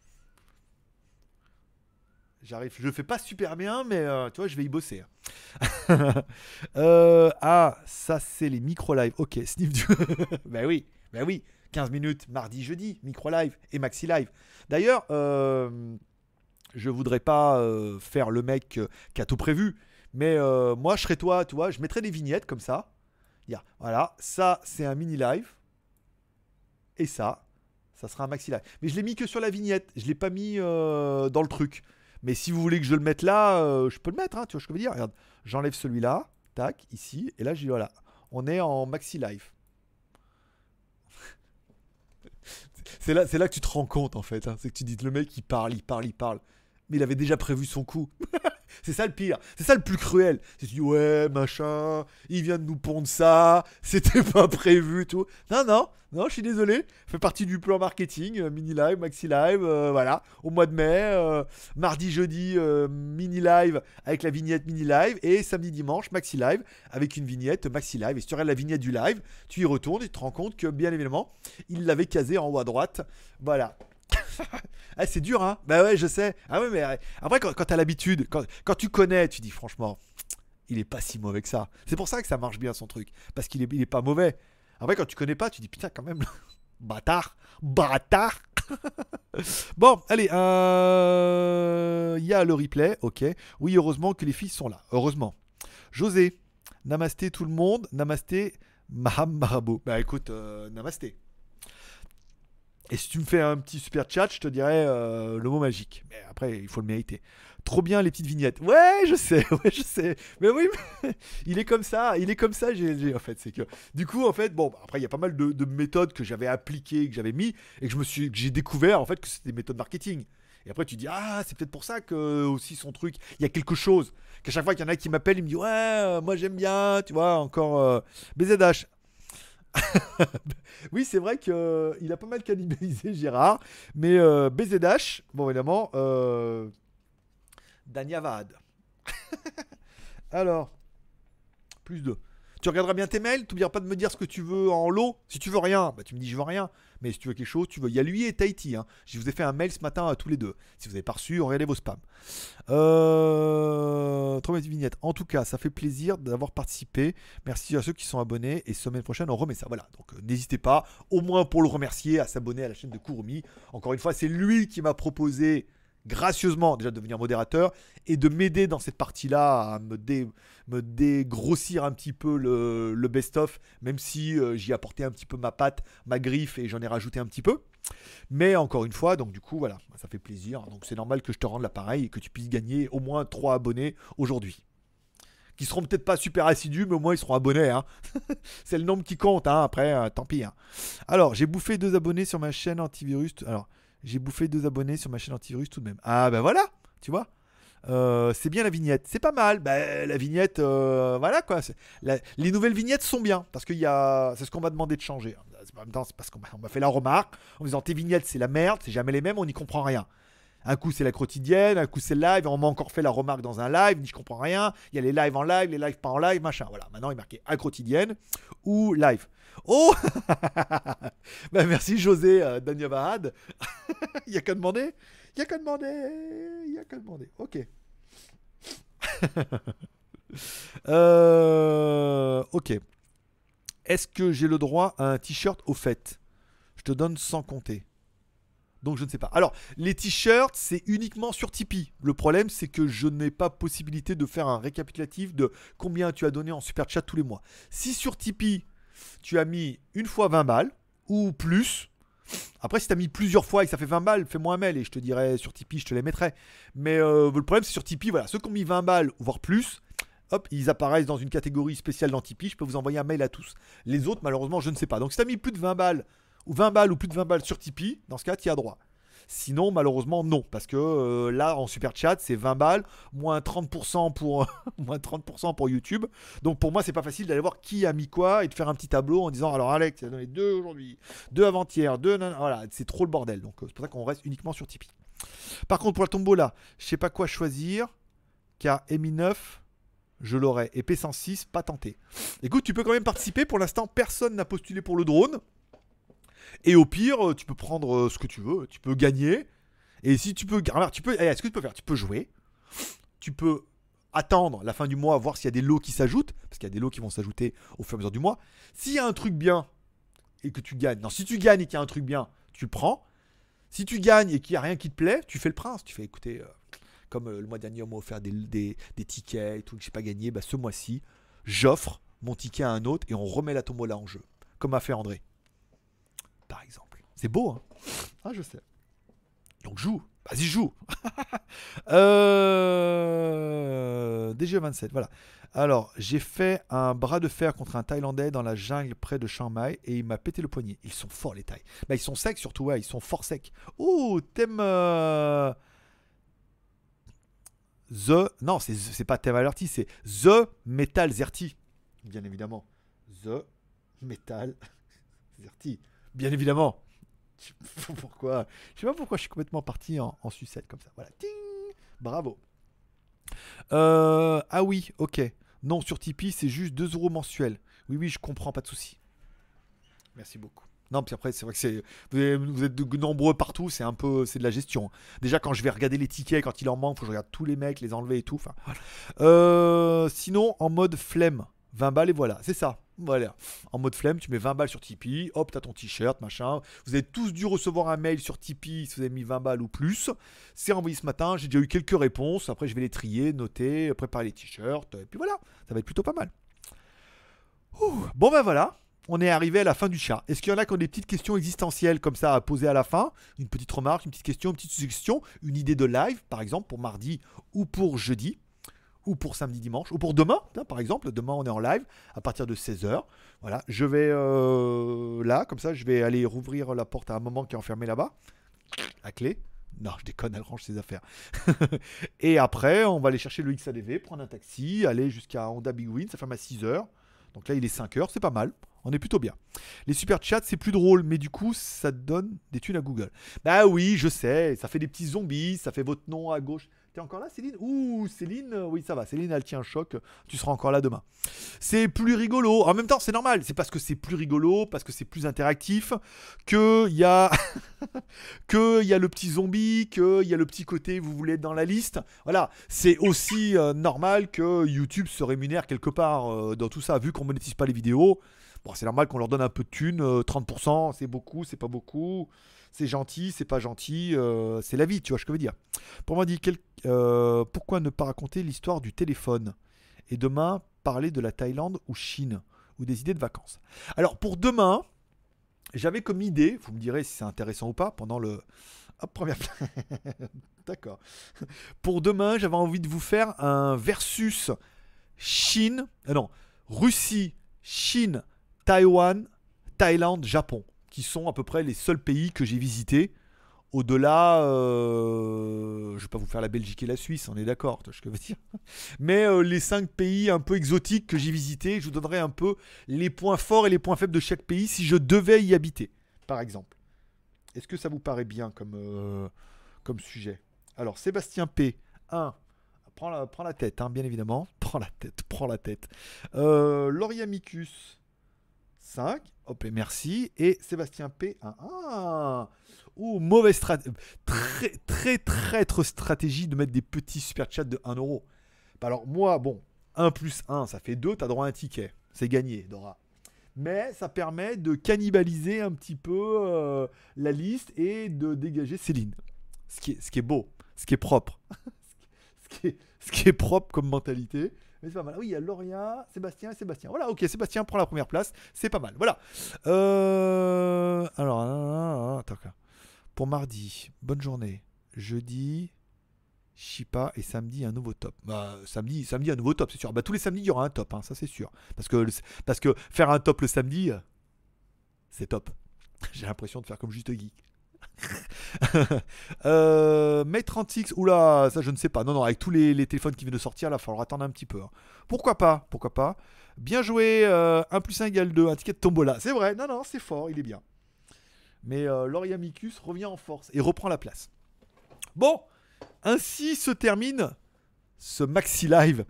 J'arrive, je le fais pas super bien, mais euh, tu vois, je vais y bosser. euh, ah, ça c'est les micro-live. Ok, sniff du... ben oui, ben oui. quinze minutes, mardi, jeudi, micro-live et maxi-live. D'ailleurs, euh, je voudrais pas euh, faire le mec euh, qui a tout prévu. Mais euh, moi, je serais toi, tu vois, je mettrais des vignettes comme ça. Yeah, voilà, ça, c'est un mini live. Et ça, ça sera un maxi live. Mais je l'ai mis que sur la vignette. Je l'ai pas mis euh, dans le truc. Mais si vous voulez que je le mette là, euh, je peux le mettre. Hein, tu vois ce que je veux dire? Regarde, j'enlève celui-là, tac, ici. Et là, je dis voilà, on est en maxi live. c'est là, c'est là que tu te rends compte en fait. Hein, c'est que tu dis le mec, il parle, il parle, il parle. Mais il avait déjà prévu son coup. C'est ça le pire, c'est ça le plus cruel. C'est tu dis ouais machin, il vient de nous pondre ça, c'était pas prévu tout. Non non non, je suis désolé, ça fait partie du plan marketing, euh, mini live, maxi live, euh, voilà. Au mois de mai, euh, mardi jeudi euh, mini live avec la vignette mini live et samedi dimanche maxi live avec une vignette maxi live. Et si tu regardes la vignette du live, tu y retournes et tu te rends compte que bien évidemment il l'avait casé en haut à droite. Voilà. Ah, c'est dur, hein? Bah ouais, je sais. Ah ouais, mais après, quand, quand t'as l'habitude, quand, quand tu connais, tu dis franchement, il est pas si mauvais que ça. C'est pour ça que ça marche bien son truc. Parce qu'il est, il est pas mauvais. Après, quand tu connais pas, tu dis putain, quand même, bâtard, bâtard. Bon, allez, euh... il y a le replay, ok. Oui, heureusement que les filles sont là. Heureusement. José, namasté tout le monde. Namasté, Maham Marabo. Bah écoute, euh, namasté. Et si tu me fais un petit super chat, je te dirais euh, le mot magique. Mais après, il faut le mériter. Trop bien les petites vignettes. Ouais, je sais, ouais, je sais. Mais oui, mais il est comme ça, il est comme ça, G L G, en fait. C'est que, du coup, en fait, bon, après, il y a pas mal de, de méthodes que j'avais appliquées, que j'avais mis, et que je me suis, que j'ai découvert, en fait, que c'était des méthodes marketing. Et après, tu dis, ah, c'est peut-être pour ça que, aussi, son truc, il y a quelque chose. Qu'à chaque fois qu'il y en a qui m'appellent, il me dit, ouais, euh, moi, j'aime bien, tu vois, encore euh, B Z H. Oui, c'est vrai qu'il euh, a pas mal cannibalisé Gérard, mais euh, B Z H, bon évidemment, euh, Danyavad. Alors, plus de. Tu regarderas bien tes mails, tu n'oublieras pas de me dire ce que tu veux en lot. Si tu veux rien, bah tu me dis je veux rien. Mais si tu veux quelque chose, tu veux. Il y a lui et Tahiti. Hein. Je vous ai fait un mail ce matin à tous les deux. Si vous n'avez pas reçu, regardez vos spams. Euh... Trop bien vignette. En tout cas, ça fait plaisir d'avoir participé. Merci à ceux qui sont abonnés. Et semaine prochaine, on remet ça. Voilà. Donc euh, n'hésitez pas, au moins pour le remercier, à s'abonner à la chaîne de Kurumi. Encore une fois, c'est lui qui m'a proposé gracieusement déjà de devenir modérateur et de m'aider dans cette partie-là à me, dé, me dégrossir un petit peu le, le best-of, même si euh, j'y ai apporté un petit peu ma patte, ma griffe et j'en ai rajouté un petit peu. Mais encore une fois, donc du coup, voilà, ça fait plaisir. Donc c'est normal que je te rende l'appareil et que tu puisses gagner au moins trois abonnés aujourd'hui. Qui seront peut-être pas super assidus, mais au moins ils seront abonnés. Hein. C'est le nombre qui compte, hein. Après, euh, tant pis. Hein. Alors, j'ai bouffé deux abonnés sur ma chaîne antivirus. Alors, J'ai bouffé deux abonnés sur ma chaîne antivirus tout de même. Ah ben voilà, tu vois. Euh, c'est bien la vignette. C'est pas mal. Ben, la vignette, euh, voilà quoi. La, les nouvelles vignettes sont bien. Parce que c'est ce qu'on m'a demandé de changer. En même temps, c'est parce qu'on m'a fait la remarque en me disant tes vignettes, c'est la merde, c'est jamais les mêmes, on n'y comprend rien. Un coup, c'est la quotidienne, un coup, c'est le live. On m'a encore fait la remarque dans un live, je comprends rien. Il y a les lives en live, les lives pas en live, machin. Voilà, maintenant, il est marqué à quotidienne ou live. Oh bah, merci José euh, Dania Bahad. Il n'y a qu'à demander. Il n'y a qu'à demander. Il n'y a qu'à demander. Ok. euh, ok. Est-ce que j'ai le droit à un t-shirt au fait? Je te donne sans compter. Donc je ne sais pas. Alors, les t-shirts, c'est uniquement sur Tipeee. Le problème, c'est que je n'ai pas possibilité de faire un récapitulatif de combien tu as donné en super chat tous les mois. Si sur Tipeee, tu as mis une fois vingt balles ou plus. Après, si tu as mis plusieurs fois et que ça fait vingt balles, fais-moi un mail et je te dirai sur Tipeee, je te les mettrai. Mais euh, le problème, c'est sur Tipeee, voilà, ceux qui ont mis vingt balles, voire plus, hop, ils apparaissent dans une catégorie spéciale dans Tipeee. Je peux vous envoyer un mail à tous. Les autres, malheureusement, je ne sais pas. Donc, si tu as mis plus de vingt balles ou vingt balles ou plus de vingt balles sur Tipeee, dans ce cas, tu y as droit. Sinon, malheureusement, non. Parce que euh, là, en super chat, c'est vingt balles, moins trente pour cent pour, moins trente pour cent pour YouTube. Donc, pour moi, c'est pas facile d'aller voir qui a mis quoi et de faire un petit tableau en disant alors, Alex, il a donné deux aujourd'hui, deux avant-hier, deux. Voilà, c'est trop le bordel. Donc, c'est pour ça qu'on reste uniquement sur Tipeee. Par contre, pour la tombola, je sais pas quoi choisir. Car M I neuf, je l'aurais. Et P cent six, pas tenté. Écoute, tu peux quand même participer. Pour l'instant, personne n'a postulé pour le drone. Et au pire, tu peux prendre ce que tu veux, tu peux gagner. Et si tu peux, alors tu peux, ce que tu peux faire, tu peux jouer, tu peux attendre la fin du mois, voir s'il y a des lots qui s'ajoutent, parce qu'il y a des lots qui vont s'ajouter au fur et à mesure du mois. S'il y a un truc bien et que tu gagnes, non, si tu gagnes et qu'il y a un truc bien, tu le prends. Si tu gagnes et qu'il n'y a rien qui te plaît, tu fais le prince. Tu fais écoutez, euh, comme euh, le mois dernier, on m'a offert des, des, des tickets et tout, que j'ai pas gagné, bah, ce mois-ci, j'offre mon ticket à un autre et on remet la tombola en jeu, comme a fait André. Par exemple. C'est beau, hein? Ah, je sais. Donc joue. Vas-y, joue. euh... D G vingt-sept, voilà. Alors, j'ai fait un bras de fer contre un Thaïlandais dans la jungle près de Chiang Mai et il m'a pété le poignet. Ils sont forts, les Thaïs. Bah, ils sont secs surtout, ouais. Ils sont fort secs. Oh, thème... Euh... The... Non, c'est pas thème alerti, c'est The Metal Zerti. Bien évidemment. The Metal Zerti. Bien évidemment. Je sais pas pourquoi. Je sais pas pourquoi je suis complètement parti en, en sucette comme ça. Voilà. Ting. Bravo. Euh, ah oui, ok. Non, sur Tipeee, c'est juste deux euros mensuels. Oui, oui, je comprends, pas de souci. Merci beaucoup. Non, puis après, c'est vrai que c'est vous êtes, vous êtes de nombreux partout, c'est un peu, c'est de la gestion. Déjà, quand je vais regarder les tickets, quand il en manque, faut que je regarde tous les mecs, les enlever et tout. Enfin, voilà. euh, sinon, en mode flemme, vingt balles et voilà, c'est ça. Voilà. En mode flemme, tu mets vingt balles sur Tipeee, hop, t'as ton t-shirt, machin. Vous avez tous dû recevoir un mail sur Tipeee si vous avez mis vingt balles ou plus. C'est envoyé ce matin, j'ai déjà eu quelques réponses. Après, je vais les trier, noter, préparer les t-shirts. Et puis voilà, ça va être plutôt pas mal. Ouh. Bon ben voilà, on est arrivé à la fin du chat. Est-ce qu'il y en a qui ont des petites questions existentielles comme ça à poser à la fin? Une petite remarque, une petite question, une petite suggestion, une idée de live, par exemple, pour mardi ou pour jeudi, ou pour samedi, dimanche, ou pour demain, hein, par exemple. Demain, on est en live à partir de seize heures. Voilà, je vais euh, là, comme ça, je vais aller rouvrir la porte à un moment qui est enfermé là-bas. La clé. Non, je déconne, elle range ses affaires. Et après, on va aller chercher le X A D V, prendre un taxi, aller jusqu'à Honda Big Win, ça ferme à six heures. Donc là, il est cinq heures, c'est pas mal. On est plutôt bien. Les super chats, c'est plus drôle, mais du coup, ça donne des thunes à Google. Bah oui, je sais, ça fait des petits zombies, ça fait votre nom à gauche. T'es encore là, Céline? Ouh, Céline, euh, oui, ça va. Céline, elle tient un choc. Tu seras encore là demain. C'est plus rigolo. En même temps, c'est normal. C'est parce que c'est plus rigolo, parce que c'est plus interactif, qu'il y a... qu'il y a le petit zombie, qu'il y a le petit côté, vous voulez être dans la liste. Voilà. C'est aussi euh, normal que YouTube se rémunère quelque part euh, dans tout ça. Vu qu'on monétise pas les vidéos, bon, c'est normal qu'on leur donne un peu de thunes. Euh, trente pour cent, c'est beaucoup, c'est pas beaucoup. C'est gentil, c'est pas gentil, euh, c'est la vie, tu vois ce que je veux dire. Pour moi, dit quel, euh, pourquoi ne pas raconter l'histoire du téléphone et demain parler de la Thaïlande ou Chine ou des idées de vacances. Alors pour demain, j'avais comme idée, vous me direz si c'est intéressant ou pas, pendant le hop, première d'accord. Pour demain, j'avais envie de vous faire un versus Chine, euh non, Russie, Chine, Taïwan, Thaïlande, Japon, qui sont à peu près les seuls pays que j'ai visités. Au-delà, euh, je ne vais pas vous faire la Belgique et la Suisse, on est d'accord, tu vois ce que je veux dire. Mais euh, les cinq pays un peu exotiques que j'ai visités, je vous donnerai un peu les points forts et les points faibles de chaque pays si je devais y habiter, par exemple. Est-ce que ça vous paraît bien comme, euh, comme sujet? Alors, Sébastien P. un. Prends la, prends la tête, hein, bien évidemment. Prends la tête, prends la tête. Euh, Lauriamicus. cinq, hop et merci, et Sébastien P, un, ah, ouh, mauvaise stratégie, très, très traître stratégie de mettre des petits super chats de un euro. Alors moi, bon, un plus un, ça fait deux, t'as droit à un ticket, c'est gagné, Dora. Mais ça permet de cannibaliser un petit peu euh, la liste et de dégager Céline. Ce qui est, ce qui est beau, ce qui est propre, ce, qui est, ce qui est propre comme mentalité. Mais c'est pas mal. Oui, il y a Lauria, Sébastien et Sébastien. Voilà, ok, Sébastien prend la première place. C'est pas mal. Voilà. Euh... Alors, euh... attends. Pour mardi, bonne journée. Jeudi, Chipa et samedi, un nouveau top. Bah, samedi, samedi, un nouveau top, c'est sûr. Bah, tous les samedis, il y aura un top, hein, ça c'est sûr. Parce que, parce que faire un top le samedi, c'est top. J'ai l'impression de faire comme Juste Geek. euh, Mate trente X, oula, ça je ne sais pas. Non, non, avec tous les, les téléphones qui viennent de sortir, là, il va falloir attendre un petit peu. Hein. Pourquoi pas, pourquoi pas. Bien joué, euh, un plus un égale deux, un ticket de tombola. C'est vrai, non, non, c'est fort, il est bien. Mais euh, Lauriamicus revient en force et reprend la place. Bon, ainsi se termine ce maxi live.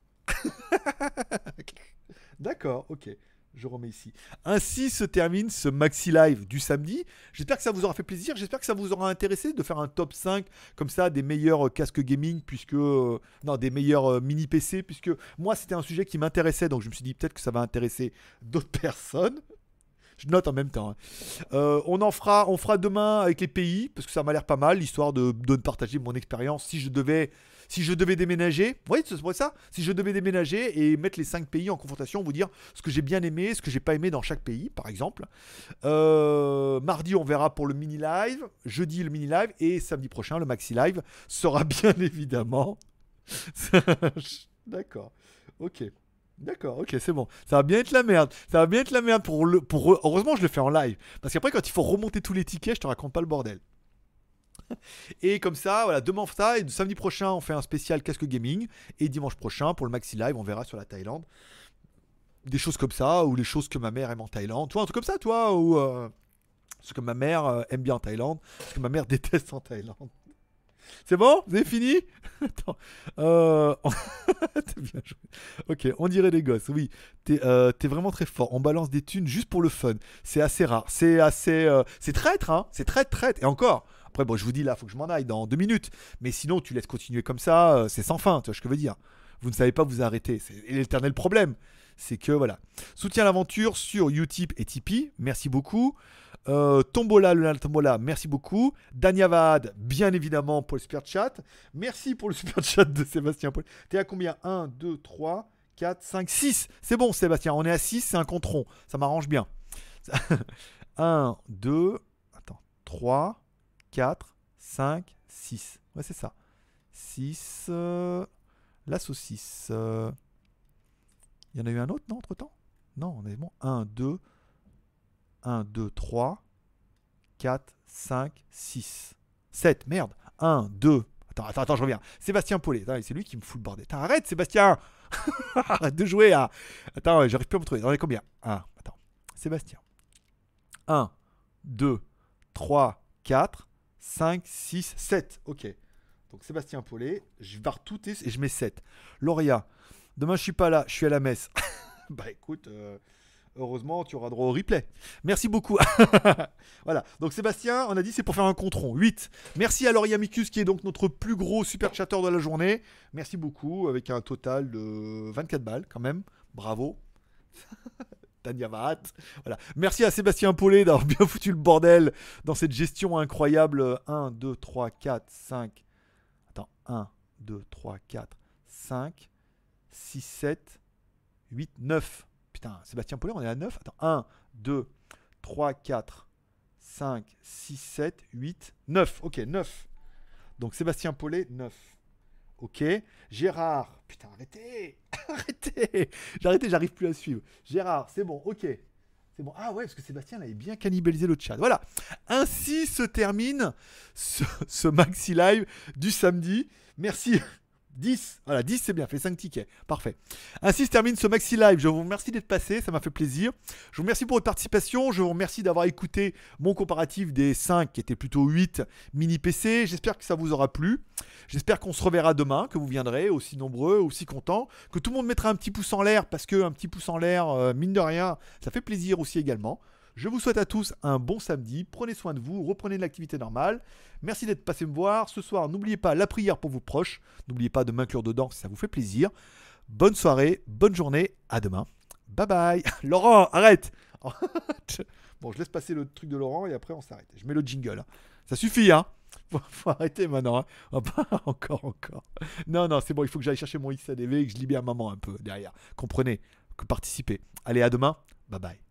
D'accord, ok. Je remets ici. Ainsi se termine ce maxi live du samedi. J'espère que ça vous aura fait plaisir. J'espère que ça vous aura intéressé de faire un top cinq comme ça des meilleurs euh, casques gaming, puisque euh, non, des meilleurs euh, mini P C, puisque moi c'était un sujet qui m'intéressait, donc je me suis dit peut-être que ça va intéresser d'autres personnes. Je note en même temps. Hein. Euh, on en fera, on fera demain avec les pays parce que ça m'a l'air pas mal, l'histoire de, de partager mon expérience si je devais. Si je devais déménager, oui, c'est pour ça. Si je devais déménager et mettre les cinq pays en confrontation, vous dire ce que j'ai bien aimé, ce que j'ai pas aimé dans chaque pays, par exemple. Euh, mardi, on verra pour le mini live. Jeudi, le mini live et samedi prochain, le maxi live sera bien évidemment. D'accord. Ok. D'accord, ok, c'est bon. Ça va bien être la merde. Ça va bien être la merde pour le. Pour... Heureusement, je le fais en live. Parce qu'après, quand il faut remonter tous les tickets, je te raconte pas le bordel. Et comme ça, voilà, demain on fait ça. Et samedi prochain, on fait un spécial casque gaming. Et dimanche prochain, pour le maxi live, on verra sur la Thaïlande. Des choses comme ça, ou les choses que ma mère aime en Thaïlande. Toi, un truc comme ça, toi, ou euh, ce que ma mère euh, aime bien en Thaïlande, ce que ma mère déteste en Thaïlande. C'est bon? Vous avez fini? Attends. Euh... T'as bien joué. Ok, on dirait des gosses, oui. T'es euh, t'es vraiment très fort. On balance des thunes juste pour le fun. C'est assez rare. C'est assez... Euh... C'est traître, hein. C'est traître, traître. Et encore. Après, bon, je vous dis là, faut que je m'en aille dans deux minutes. Mais sinon, tu laisses continuer comme ça, euh, c'est sans fin. Tu vois ce que je veux dire? Vous ne savez pas vous arrêter. C'est l'éternel problème. C'est que, voilà. Soutiens l'aventure sur Utip et Tipeee. Merci beaucoup. Euh, Tombola, le Tombola, merci beaucoup. Danyavad, bien évidemment, pour le super chat. Merci pour le super chat de Sébastien Paul. T'es à combien? un, deux, trois, quatre, cinq, six. C'est bon, Sébastien, on est à six, c'est un compte rond. Ça m'arrange bien. un, deux, attends, trois, quatre, cinq, six. Ouais, c'est ça. six. Euh, la saucisse. Il euh, y en a eu un autre, non, entre temps? Non, on est bon. un, deux. un, deux, trois, quatre, cinq, six, sept. Merde. un, deux. Attends, attends, attends, je reviens. Sébastien Paulet. C'est lui qui me fout le bordel. Attends, arrête, Sébastien. Arrête de jouer. Hein. Attends, j'arrive plus à me trouver. On est combien? un. Attends. Sébastien. un, deux, trois, quatre, cinq, six, sept. Ok. Donc Sébastien Paulet, je barre tout et je mets sept. Lauria, demain je suis pas là, je suis à la messe. Bah écoute, euh, heureusement tu auras droit au replay. Merci beaucoup. Voilà, donc Sébastien, on a dit c'est pour faire un compte rond. huit. Merci à Lauria Micus qui est donc notre plus gros super chatter de la journée. Merci beaucoup, avec un total de vingt-quatre balles quand même. Bravo. Tania Vahat. Voilà. Merci à Sébastien Paulet d'avoir bien foutu le bordel dans cette gestion incroyable. un, deux, trois, quatre, cinq. Attends, un, deux, trois, quatre, cinq, six, sept, huit, neuf. Putain, Sébastien Paulet, on est à neuf. Attends, un, deux, trois, quatre, cinq, six, sept, huit, neuf. Ok, neuf. Donc Sébastien Paulet, neuf. Ok. Gérard. Putain, arrêtez. Arrêtez. J'ai arrêté, j'arrive plus à suivre. Gérard, c'est bon, ok. C'est bon. Ah ouais, parce que Sébastien il avait bien cannibalisé le chat. Voilà. Ainsi se termine ce, ce maxi live du samedi. Merci. dix. Voilà, dix c'est bien, fait cinq tickets. Parfait. Ainsi se termine ce maxi live. Je vous remercie d'être passé, ça m'a fait plaisir. Je vous remercie pour votre participation. Je vous remercie d'avoir écouté mon comparatif des cinq qui était plutôt huit mini P C. J'espère que ça vous aura plu. J'espère qu'on se reverra demain, que vous viendrez aussi nombreux, aussi contents, que tout le monde mettra un petit pouce en l'air parce que un petit pouce en l'air, euh, mine de rien, ça fait plaisir aussi également. Je vous souhaite à tous un bon samedi. Prenez soin de vous, reprenez de l'activité normale. Merci d'être passé me voir. Ce soir, n'oubliez pas la prière pour vos proches. N'oubliez pas de m'inclure dedans si ça vous fait plaisir. Bonne soirée, bonne journée. À demain. Bye bye. Laurent, arrête. Bon, je laisse passer le truc de Laurent et après on s'arrête. Je mets le jingle. Hein. Ça suffit, hein. Faut, faut arrêter maintenant. Hein. Oh, pas encore, encore. Non, non, c'est bon. Il faut que j'aille chercher mon X A D V et que je libère maman un peu derrière. Comprenez, que participer. Allez, à demain. Bye bye.